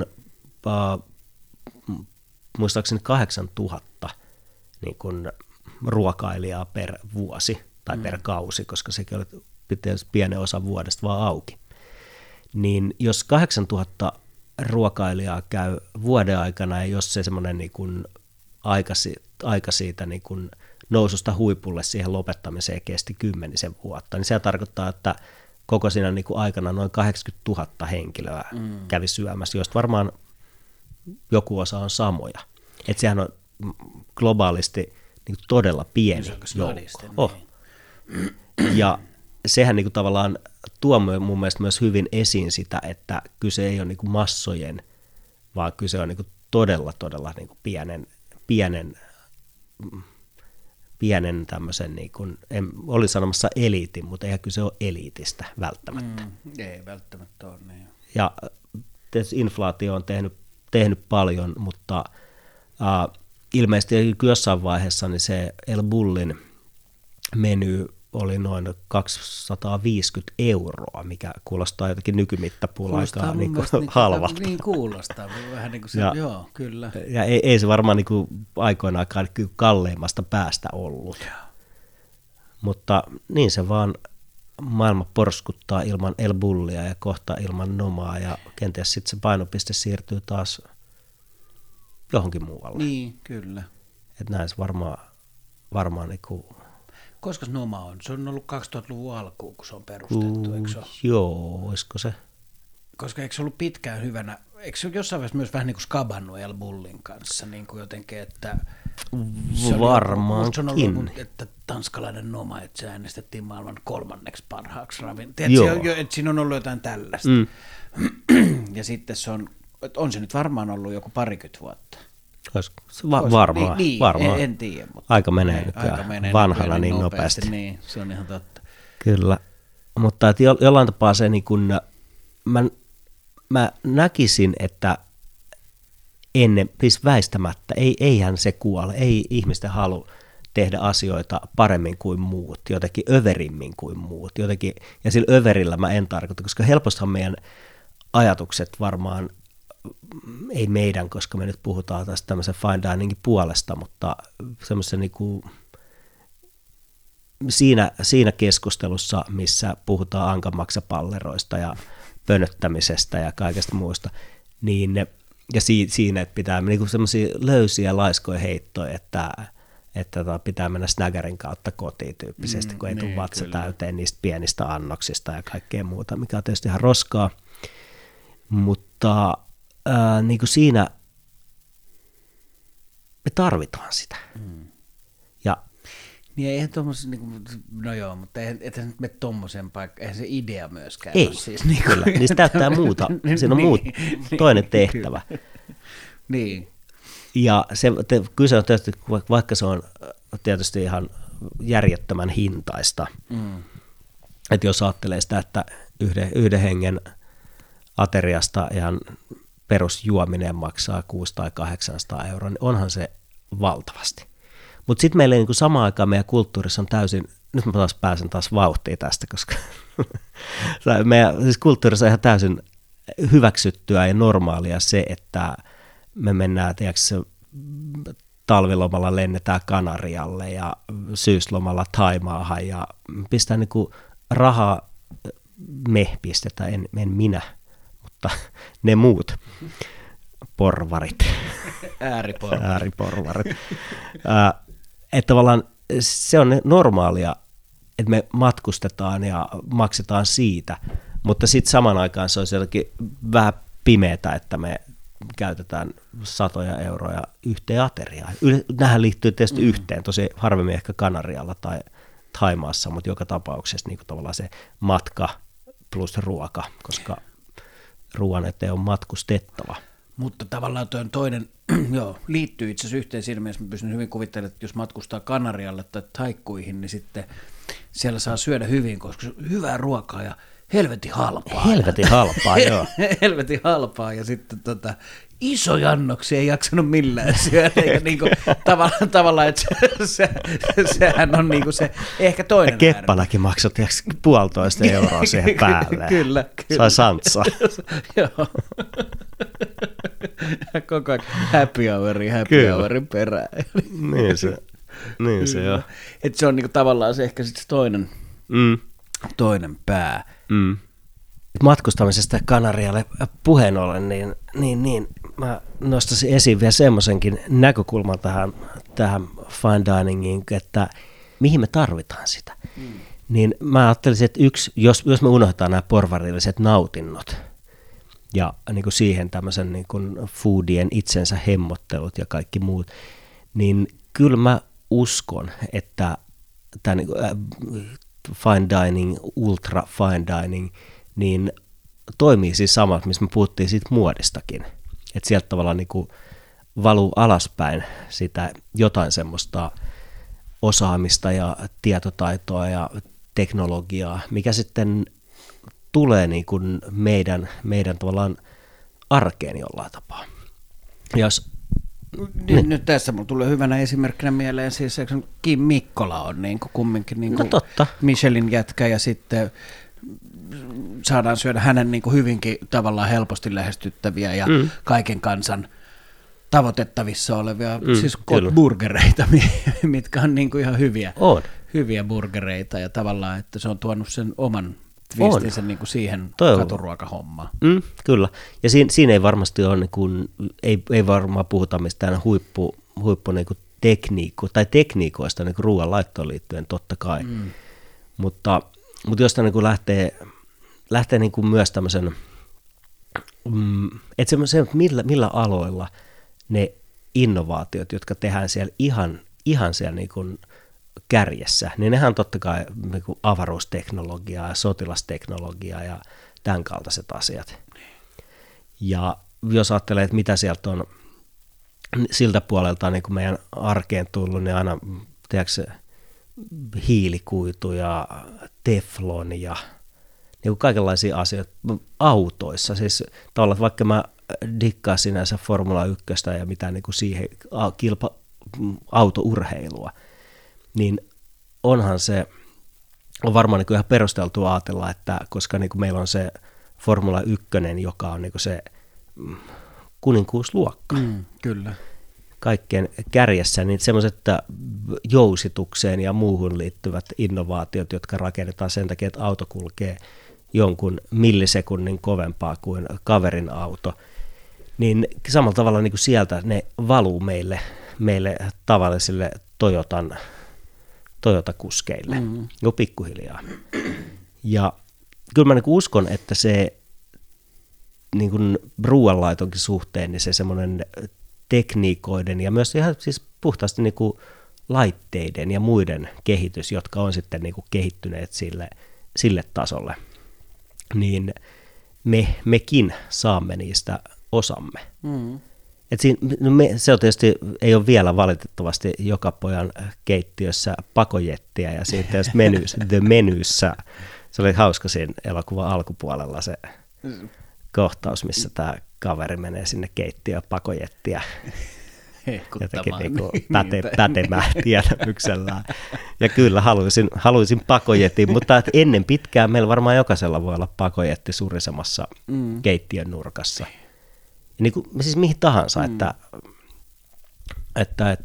muistaakseni 8000 niin kuin ruokailijaa per vuosi tai per kausi, koska sekin oli pienen osa vuodesta vaan auki. Niin jos 8000 ruokailijaa käy vuoden aikana, ja jos se semmoinen niin kuin aika siitä niin kuin noususta huipulle siihen lopettamiseen kesti 10 vuotta, niin se tarkoittaa, että koko siinä niin kuin aikana noin 80 000 henkilöä kävi syömässä, joista varmaan joku osa on samoja. Että sehän on globaalisti niin kuin todella pieni joukko. Ja sehän niin kuin tavallaan tuo mun mielestä myös hyvin esiin sitä, että kyse ei ole niin kuin massojen, vaan kyse on niin kuin todella niin kuin pienen tämmöisen, niin kuin, olin sanomassa eliitin, mutta eihän kyse ole eliitistä välttämättä. Ei välttämättä ole niin. Ja tietysti inflaatio on tehnyt paljon, mutta ilmeisesti jossain vaiheessa niin se El Bullin meny oli noin 250 €, mikä kuulostaa jotenkin nykymittapuulla aika niin halvalta. Niin kuulostaa, vähän niin kuin se, joo, kyllä. Ja ei se varmaan niin kuin aikoinaankaan kalleimmasta päästä ollut. Mutta niin se vaan maailma porskuttaa ilman El Bullia ja kohta ilman Nomaa, ja kenties sitten se painopiste siirtyy taas johonkin muualle. Niin, kyllä. Että näin se varmaan niin kuin... Koska Noma on? Se on ollut 2000-luvun alkuun, kun se on perustettu, eikö se ole? Joo, olisiko se? Koska eikö se ollut pitkään hyvänä, eikö se jossain vaiheessa myös vähän niin kuin skabannut El Bullin kanssa, niin kuin jotenkin, että... Varmaankin. Se on ollut, että tanskalainen Noma, että se äänestettiin maailman 3. parhaaksi ravintolaksi. Että siinä on ollut jotain tällaista. Ja sitten on se nyt varmaan ollut joku 20 vuotta. Varmaan. En tiedä. Mutta aika menee nykyään vanhalla niin nopeasti. Niin, se on ihan totta. Kyllä, mutta että jollain tapaa se niin kuin, mä näkisin, että siis väistämättä, eihän se kuole, ei ihmisten halu tehdä asioita paremmin kuin muut, jotenkin överimmin kuin muut, jotenkin, ja sillä överillä mä en tarkoita, koska helpostihan meidän ajatukset varmaan, ei meidän, koska me nyt puhutaan tästä tämmöisen fine diningin puolesta, mutta semmoisen niin kuin siinä keskustelussa, missä puhutaan ankanmaksapalleroista ja pönöttämisestä ja kaikesta muusta, niin ja siinä, että pitää niin kuin semmoisia löysiä laiskoja heittoja, että pitää mennä snägärin kautta kotiin tyyppisesti, kun ei tule vatsa täyteen niistä pienistä annoksista ja kaikkea muuta, mikä on tietysti ihan roskaa, mutta niin kuin siinä me tarvitaan sitä. Ja niin eihän tuommoisen, niin no joo, mutta eihän se nyt mene tuommoisen paikkaan, eihän se idea myöskään ei, ole siis. Niin kyllä, niistä täyttää muuta, siinä on toinen tehtävä. Niin. Ja kyse on tietysti, vaikka se on tietysti ihan järjettömän hintaista, että jos ajattelee sitä, että yhden hengen ateriasta ihan perusjuominen maksaa 600 tai 800 €, niin onhan se valtavasti. Mutta sitten meillä niin samaan aikaan meidän kulttuurissa on täysin, nyt mä pääsen taas vauhtiin tästä, koska meidän siis kulttuurissa on ihan täysin hyväksyttyä ja normaalia se, että me mennään, tiedätkö, talvilomalla lennetään Kanarialle ja syyslomalla Taimaahan ja pistää niin kuin rahaa me pistetään, en minä, mutta ne muut porvarit, ääriporvarit, että tavallaan se on normaalia, että me matkustetaan ja maksetaan siitä, mutta sitten saman aikaan se olisi jotenkin vähän pimeätä, että me käytetään satoja euroja yhteen ateriaan. Nämähän liittyy tietysti yhteen, tosi harvemmin ehkä Kanarialla tai Thaimaassa, mutta joka tapauksessa niin tavallaan se matka plus ruoka, koska ruoan eteen on matkustettava. Mutta tavallaan tuo toinen liittyy itse asiassa yhteen siinä mielessä, mä pystyn hyvin kuvittelemaan, että jos matkustaa Kanarialle tai Taikkuihin, niin sitten siellä saa syödä hyvin, koska se on hyvää ruokaa ja helvetin halpaa. Helvetin halpaa, joo. Helvetin halpaa ja sitten isoja annoksia ei jaksanut millään syödä, eikä niinku, tavallaan, että sehän on niinku se ehkä toinen ja Keppalakin maksoi 1,5 euroa siihen päälle. Kyllä. Sai santsa. Joo. Koko ajan happy hourin perään. Niin se joo. Että se on niinku tavallaan se ehkä sitten toinen pää. Matkustamisesta Kanarialle puheen ollen, niin mä nostaisin esiin vielä semmoisenkin näkökulman tähän fine diningiin, että mihin me tarvitaan sitä. Niin mä ajattelisin, että jos me unohdetaan nämä porvarilliset nautinnot ja niin kuin siihen tämmöisen niin kuin foodien itsensä hemmottelut ja kaikki muut, niin kyllä mä uskon, että tämä niin kuin, fine dining, ultra fine dining, niin toimii siis samat, missä me puhuttiin siitä muodistakin. Että sieltä tavallaan niin kuin valuu alaspäin sitä jotain semmoista osaamista ja tietotaitoa ja teknologiaa, mikä sitten tulee niin kuin meidän tavallaan arkeen jollain tapaa. Nyt tässä mulla tulee hyvänä esimerkkinä mieleen siis Kim Mikkola on niin kuin kumminkin niin kuin Michelin jätkä ja sitten saadaan syödä hänen niin kuin hyvinkin tavallaan helposti lähestyttäviä ja kaiken kansan tavoitettavissa olevia siis burgereita, mitkä on niin kuin ihan hyviä burgereita ja tavallaan, että se on tuonut sen oman twistinsä niin kuin siihen katuruokahommaan. Kyllä, ja siinä ei varmasti ole, niin kuin, ei varmaan puhuta mistään huippu niin kuin tekniikoista niin kuin ruoan laittoon liittyen totta kai, mutta jos tämä niin lähtee niin kuin myös tämmöisen, että millä aloilla ne innovaatiot, jotka tehdään siellä ihan siellä niin kuin kärjessä, niin nehän on totta kai niin kuin avaruusteknologiaa ja sotilasteknologiaa ja tämän kaltaiset asiat. Ja jos ajattelee, että mitä sieltä on siltä puolelta niin kuin meidän arkeen tullut, niin aina tiedätkö, hiilikuitu ja teflon ja niin kuin kaikenlaisia asioita autoissa. Siis tavallaan, vaikka mä dikkaan sinänsä Formula 1 ja mitään niin kuin siihen autourheilua, niin onhan se, on varmaan niin kuin ihan perusteltua ajatella, että koska niin kuin meillä on se Formula 1, joka on niin kuin se kuninkuusluokka. Kyllä. Kaikkien kärjessä, niin semmoiset jousitukseen ja muuhun liittyvät innovaatiot, jotka rakennetaan sen takia, että auto kulkee jonkun millisekunnin kovempaa kuin kaverin auto, niin samalla tavalla niin kuin sieltä ne valuu meille tavallisille Toyota-kuskeille, jo pikkuhiljaa. Ja kyllä mä niin kuin uskon, että se niin kuin ruoanlaitonkin suhteen, niin se semmoinen tekniikoiden ja myös ihan siis puhtaasti niin kuin laitteiden ja muiden kehitys, jotka on sitten niin kuin kehittyneet sille tasolle, niin mekin saamme niistä osamme. Se on tietysti, ei ole vielä valitettavasti joka pojan keittiössä pakojettia ja siitä The Menyssä, se oli hauska siinä elokuvan alkupuolella se kohtaus, missä tämä kaveri menee sinne keittiöön pakojettia jotenkin niinku pätemään tiedämyksellään. Ja kyllä haluaisin pakojetin, mutta ennen pitkään meillä varmaan jokaisella voi olla pakojetti surisemassa keittiön nurkassa. Niin kuin, siis mihin tahansa, että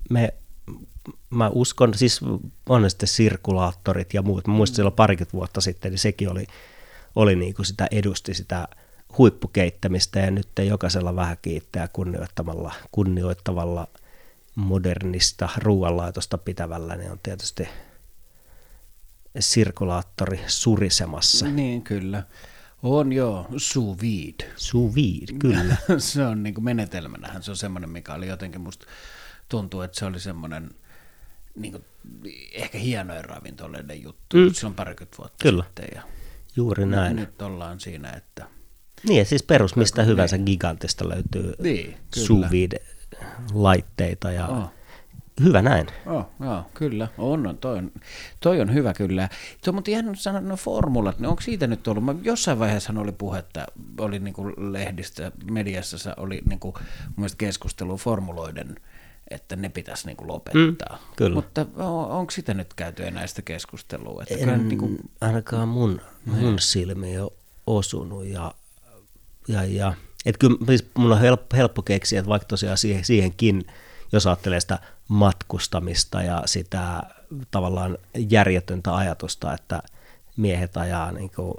mä uskon, siis on sitten sirkulaattorit ja muut. Mä muistan silloin parikymmentä vuotta sitten, niin sekin oli oli niin kuin sitä edusti sitä huippukeittämistä ja nyt jokaisella vähän kiittää kunnioittavalla modernista ruoanlaitosta pitävällä, niin on tietysti sirkulaattori surisemassa. Niin, kyllä. On joo, sous vide. Sous vide, kyllä. Se on niin kuin menetelmänähän, se on semmoinen, mikä oli jotenkin musta tuntuu, että se oli semmoinen niin kuin, ehkä hienoin ravintoloiden juttu silloin parikymmentä vuotta kyllä. sitten. Ja juuri näin. Nyt ollaan siinä, että... Niin, siis perus mistä hyvänsä gigantista löytyy sous vide laitteita ja hyvä näin. Joo, kyllä. Toi on hyvä kyllä. Mutta ihan sanoa, no formulat, niin onko siitä nyt ollut? Jossain vaiheessa oli puhetta, oli niinku lehdistä, mediassa oli niinku, mun mielestä keskustelua formuloiden, että ne pitäisi niinku lopettaa. Kyllä. Mutta onko sitä nyt käyty enää sitä keskustelua? Että niinku... Ainakaan mun silmiin ole osunut ja että kyllä siis mun on helppo keksiä, että vaikka tosiaan siihenkin, jos ajattelee sitä matkustamista ja sitä tavallaan järjetöntä ajatusta, että miehet ajaa niin kuin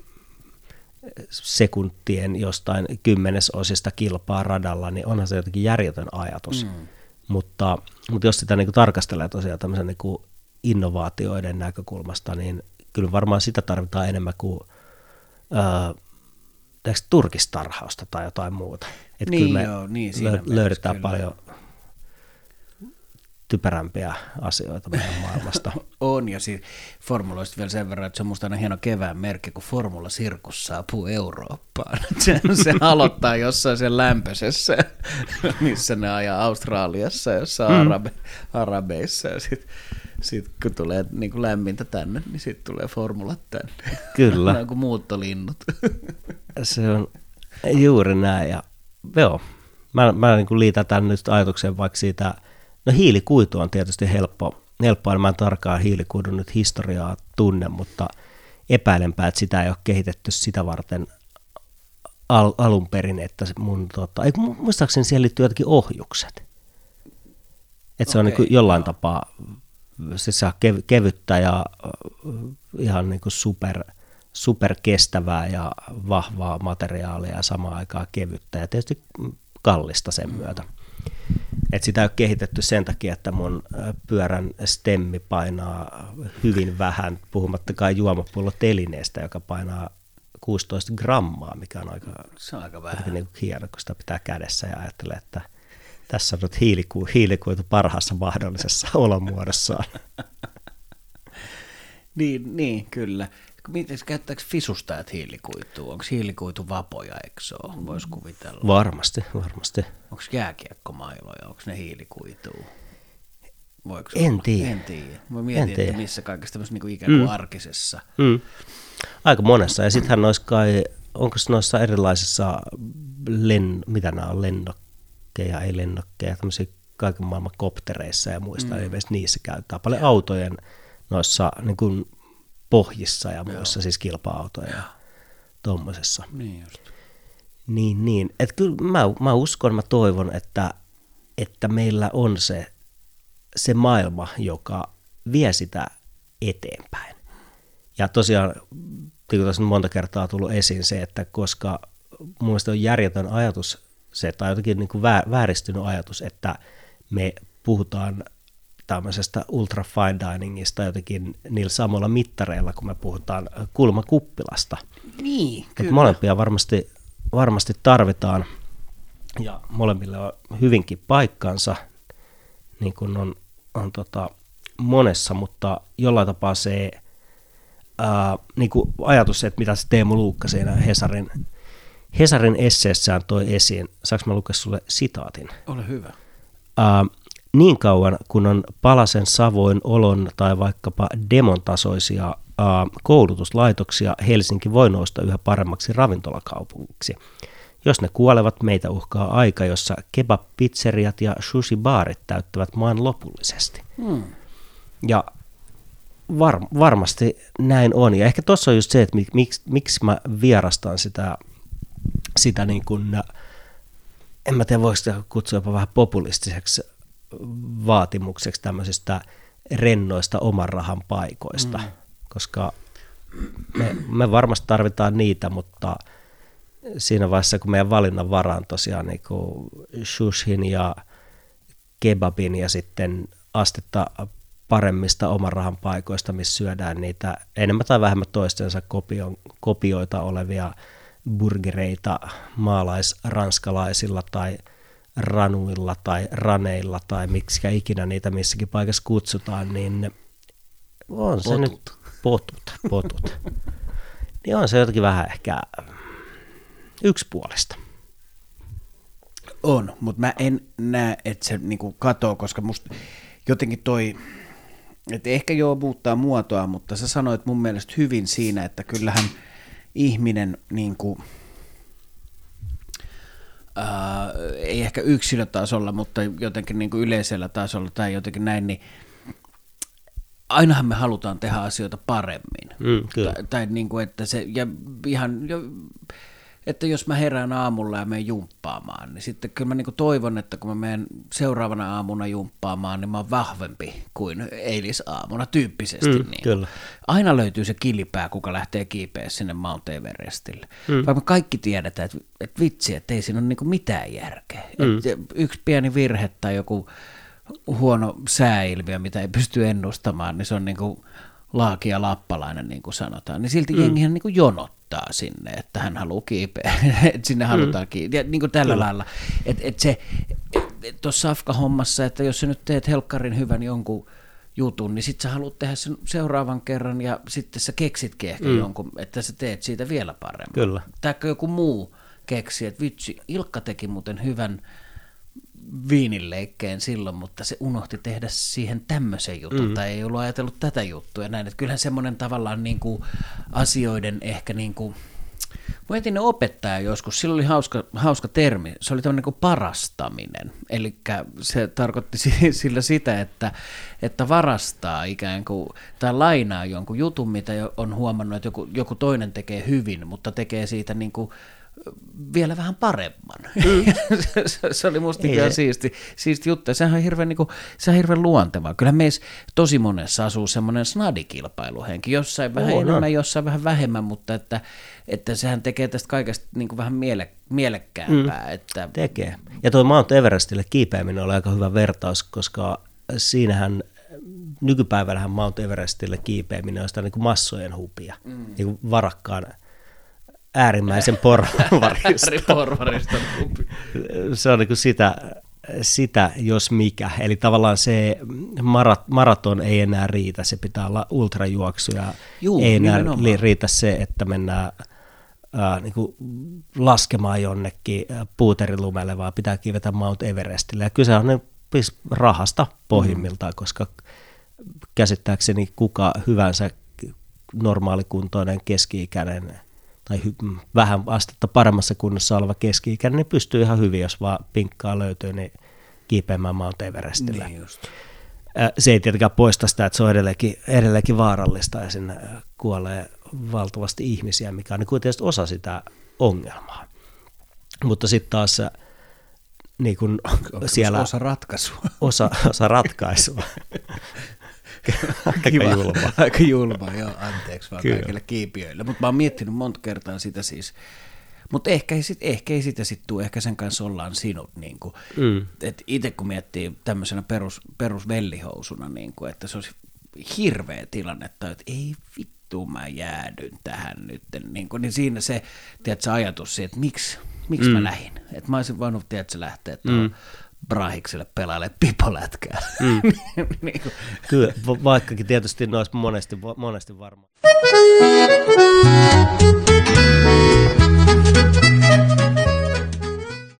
sekuntien jostain 10-osista kilpaa radalla, niin onhan se jotenkin järjetön ajatus. Mutta jos sitä niin kuin tarkastelee tosiaan tämmöisen niin kuin innovaatioiden näkökulmasta, niin kyllä varmaan sitä tarvitaan enemmän kuin turkistarhausta tai jotain muuta. Että niin, kyllä me joo, niin, löydetään kyllä paljon typerämpiä asioita meidän maailmasta. On, ja formuloista vielä sen verran, että se on musta aina hieno kevään merkki, kun Formula-sirkus saapuu Eurooppaan. Se aloittaa jossain siellä lämpöisessä, missä ne ajaa Australiassa, jossain arabeissa, ja sitten kun tulee niin kuin lämmintä tänne, niin sitten tulee formulat tänne. Kyllä. Ne on kuin muuttolinnut. Se on juuri näin, ja joo, mä niin kuin liitän tämän nyt ajatukseen vaikka siitä. No hiilikuitu on tietysti helppo. Mä en tarkkaan hiilikuidun nyt historiaa tunne, mutta epäilenpä, että sitä ei ole kehitetty sitä varten alun perin, että muistaakseni siihen liittyy jotakin ohjukset. Että se on niin kuin jollain tapaa, siis se on kevyttä ja ihan niin kuin super kestävää ja vahvaa materiaalia ja samaan aikaan kevyttä ja tietysti kallista sen myötä. Et sitä ei ole kehitetty sen takia, että mun pyörän stemmi painaa hyvin vähän, puhumattakaan juomapullotelineestä, joka painaa 16 grammaa, mikä on aika vähän. Niin hieno, kun sitä pitää kädessä ja ajattelee, että tässä on nyt hiilikuitu parhaassa mahdollisessa olomuodossaan. Niin, kyllä. Miten käyttääkö fisustajat hiilikuitua? Onko hiilikuitu vapoja, eikö se ole? Voisi kuvitella. Varmasti. Onko jääkiekkomailoja, onko ne hiilikuitua? En tiedä. Mä mietin, että missä kaikessa tämmöisessä niin kuin ikään kuin arkisessa. Aika monessa. Ja sittenhän onko noissa erilaisissa, mitä nämä on, lennokkeja, tämmöisiä kaiken maailman koptereissa ja muista, ilmeisesti niissä käytetään paljon autojen noissa niin kuin pohjissa ja muissa, siis kilpa-autoja ja tommosessa. Niin just. Niin. Että kyllä mä uskon, mä toivon, että meillä on se maailma, joka vie sitä eteenpäin. Ja tosiaan, niin kuin monta kertaa tullut esiin se, että koska mun mielestä on järjetön ajatus se, tai jotenkin niin kuin vääristynyt ajatus, että me puhutaan tämmöisestä ultra fine diningista jotenkin niillä samoilla mittareilla, kun me puhutaan kulmakuppilasta. Niin, kyllä. Molempia varmasti tarvitaan, ja molemmille on hyvinkin paikkansa, niin kuin on monessa, mutta jollain tapaa se niin kuin ajatus, että mitä se Teemu Luukka siinä Hesarin esseessään toi esiin. Saanko mä lukea sulle sitaatin? Ole hyvä. Niin kauan, kun on palasen, savoin, olon tai vaikkapa demon tasoisia koulutuslaitoksia, Helsinki voi nousta yhä paremmaksi ravintolakaupungiksi. Jos ne kuolevat, meitä uhkaa aika, jossa kebab-pizzeriat ja sushi-baarit täyttävät maan lopullisesti. Ja varmasti näin on. Ja ehkä tuossa on just se, että miksi mä vierastan sitä niin kuin, en mä tiedä, voiko sitä kutsua jopa vähän populistiseksi vaatimukseksi tämmöisistä rennoista oman rahan paikoista, koska me varmasti tarvitaan niitä, mutta siinä vaiheessa, kun meidän valinnan varaan tosiaan niin kuin shushin ja kebabin ja sitten astetta paremmista oman rahan paikoista, missä syödään niitä enemmän tai vähemmän toistensa kopioita olevia burgereita maalais-ranskalaisilla tai ranuilla tai raneilla tai miksikä ikinä niitä missäkin paikassa kutsutaan, niin on se nyt potut. Niin on se jotenkin vähän ehkä yksipuolista. On, mutta mä en näe, että se niinku katoo, koska musta jotenkin että ehkä muuttaa muotoa, mutta sä sanoit mun mielestä hyvin siinä, että kyllähän ihminen niinku, ei ehkä yksilötasolla, mutta jotenkin niinku yleisellä tasolla tai jotenkin näin, niin ainahan me halutaan tehdä asioita paremmin. Tai niinku, että se, ja ihan että jos mä herään aamulla ja menen jumppaamaan, niin sitten kyllä mä niinku toivon, että kun mä menen seuraavana aamuna jumppaamaan, niin mä oon vahvempi kuin eilisaamuna tyyppisesti. Niin. Kyllä. Aina löytyy se kilipää, kuka lähtee kiipeä sinne Mount Everestille. Vaikka me kaikki tiedetään, että vitsi, että ei siinä ole niinku mitään järkeä. Yksi pieni virhe tai joku huono sääilmiö, mitä ei pysty ennustamaan, niin se on niinku laaki ja lappalainen, niin kuin sanotaan. Niin silti jengihän niinku jonottaa sinne, että hän haluaa kiipeä, että sinne halutaan kiipeä. Ja niin kuin tällä lailla, että se tuossa Safka-hommassa, että jos sä nyt teet helkkarin hyvän jonkun jutun, niin sit sä haluat tehdä sen seuraavan kerran ja sitten sä keksitkin ehkä jonkun, että sä teet siitä vielä paremmin. Kyllä. Taikka joku muu keksi, että vitsi, Ilkka teki muuten hyvän viininleikkeen silloin, mutta se unohti tehdä siihen tämmöisen jutun, tai ei ollut ajatellut tätä juttua ja näin, että kyllähän semmoinen tavallaan niin kuin asioiden ehkä niin kuin, mun entinen opettaja joskus, sillä oli hauska termi, se oli tämmöinen niin kuin parastaminen, eli se tarkoitti sillä sitä, että varastaa ikään kuin, tai lainaa jonkun jutun, mitä on huomannut, että joku toinen tekee hyvin, mutta tekee siitä niin kuin vielä vähän paremman. Se oli musta kyllä siisti juttu. Sehän on hirveän luontevaa. Kyllä meissä tosi monessa asuu semmoinen snadikilpailuhenki. Jossain vähän enemmän, jossain vähän vähemmän, mutta että sehän tekee tästä kaikesta niin kuin vähän mielekkäämpää. Että tekee. Ja tuo Mount Everestille kiipeäminen oli aika hyvä vertaus, koska siinähän nykypäivänähän Mount Everestille kiipeäminen on sitä niin kuin massojen hupia, niin kuin varakkaan äärimmäisen porvarista. Se on niin kuin sitä, jos mikä. Eli tavallaan se maraton ei enää riitä, se pitää olla ultrajuoksu ja ei enää riitä se, että mennään niin kuin laskemaan jonnekin puuterilumelle, vaan pitää kiivetä Mount Everestille. Ja kyse on rahasta pohjimmiltaan, koska käsittääkseni kuka hyvänsä normaalikuntoinen keski-ikäinen tai vähän astetta paremmassa kunnossa oleva keski-ikäinen, niin pystyy ihan hyvin, jos vaan pinkkaa löytyy, niin kiipeämään Mount Everestillä. Niin just. Se ei tietenkään poista sitä, että se on edelleenkin vaarallista ja sinne kuolee valtavasti ihmisiä, mikä on niin tietysti osa sitä ongelmaa. Mutta sitten taas niin kun siellä osa ratkaisua. Osa ratkaisua. Aika julmaa, joo, anteeksi vaan kaikille kiipijöille. Mutta mä oon miettinyt monta kertaa sitä siis. Mutta ehkä ei sitä sitten tule, ehkä sen kanssa ollaan sinut. Niinku. Et itse kun miettii tämmöisenä perusvellihousuna, niinku, että se olisi hirveä tilanne, että ei vittu mä jäädyn tähän nyt. Niinku, niin siinä se ajatus siitä, että miksi mä lähdin. Että mä olisin voinut lähteä tuohon Brahikselle pelaalle pipolätkää. Niin kyllä, vaikkakin tietysti ne olisi monesti varmaan.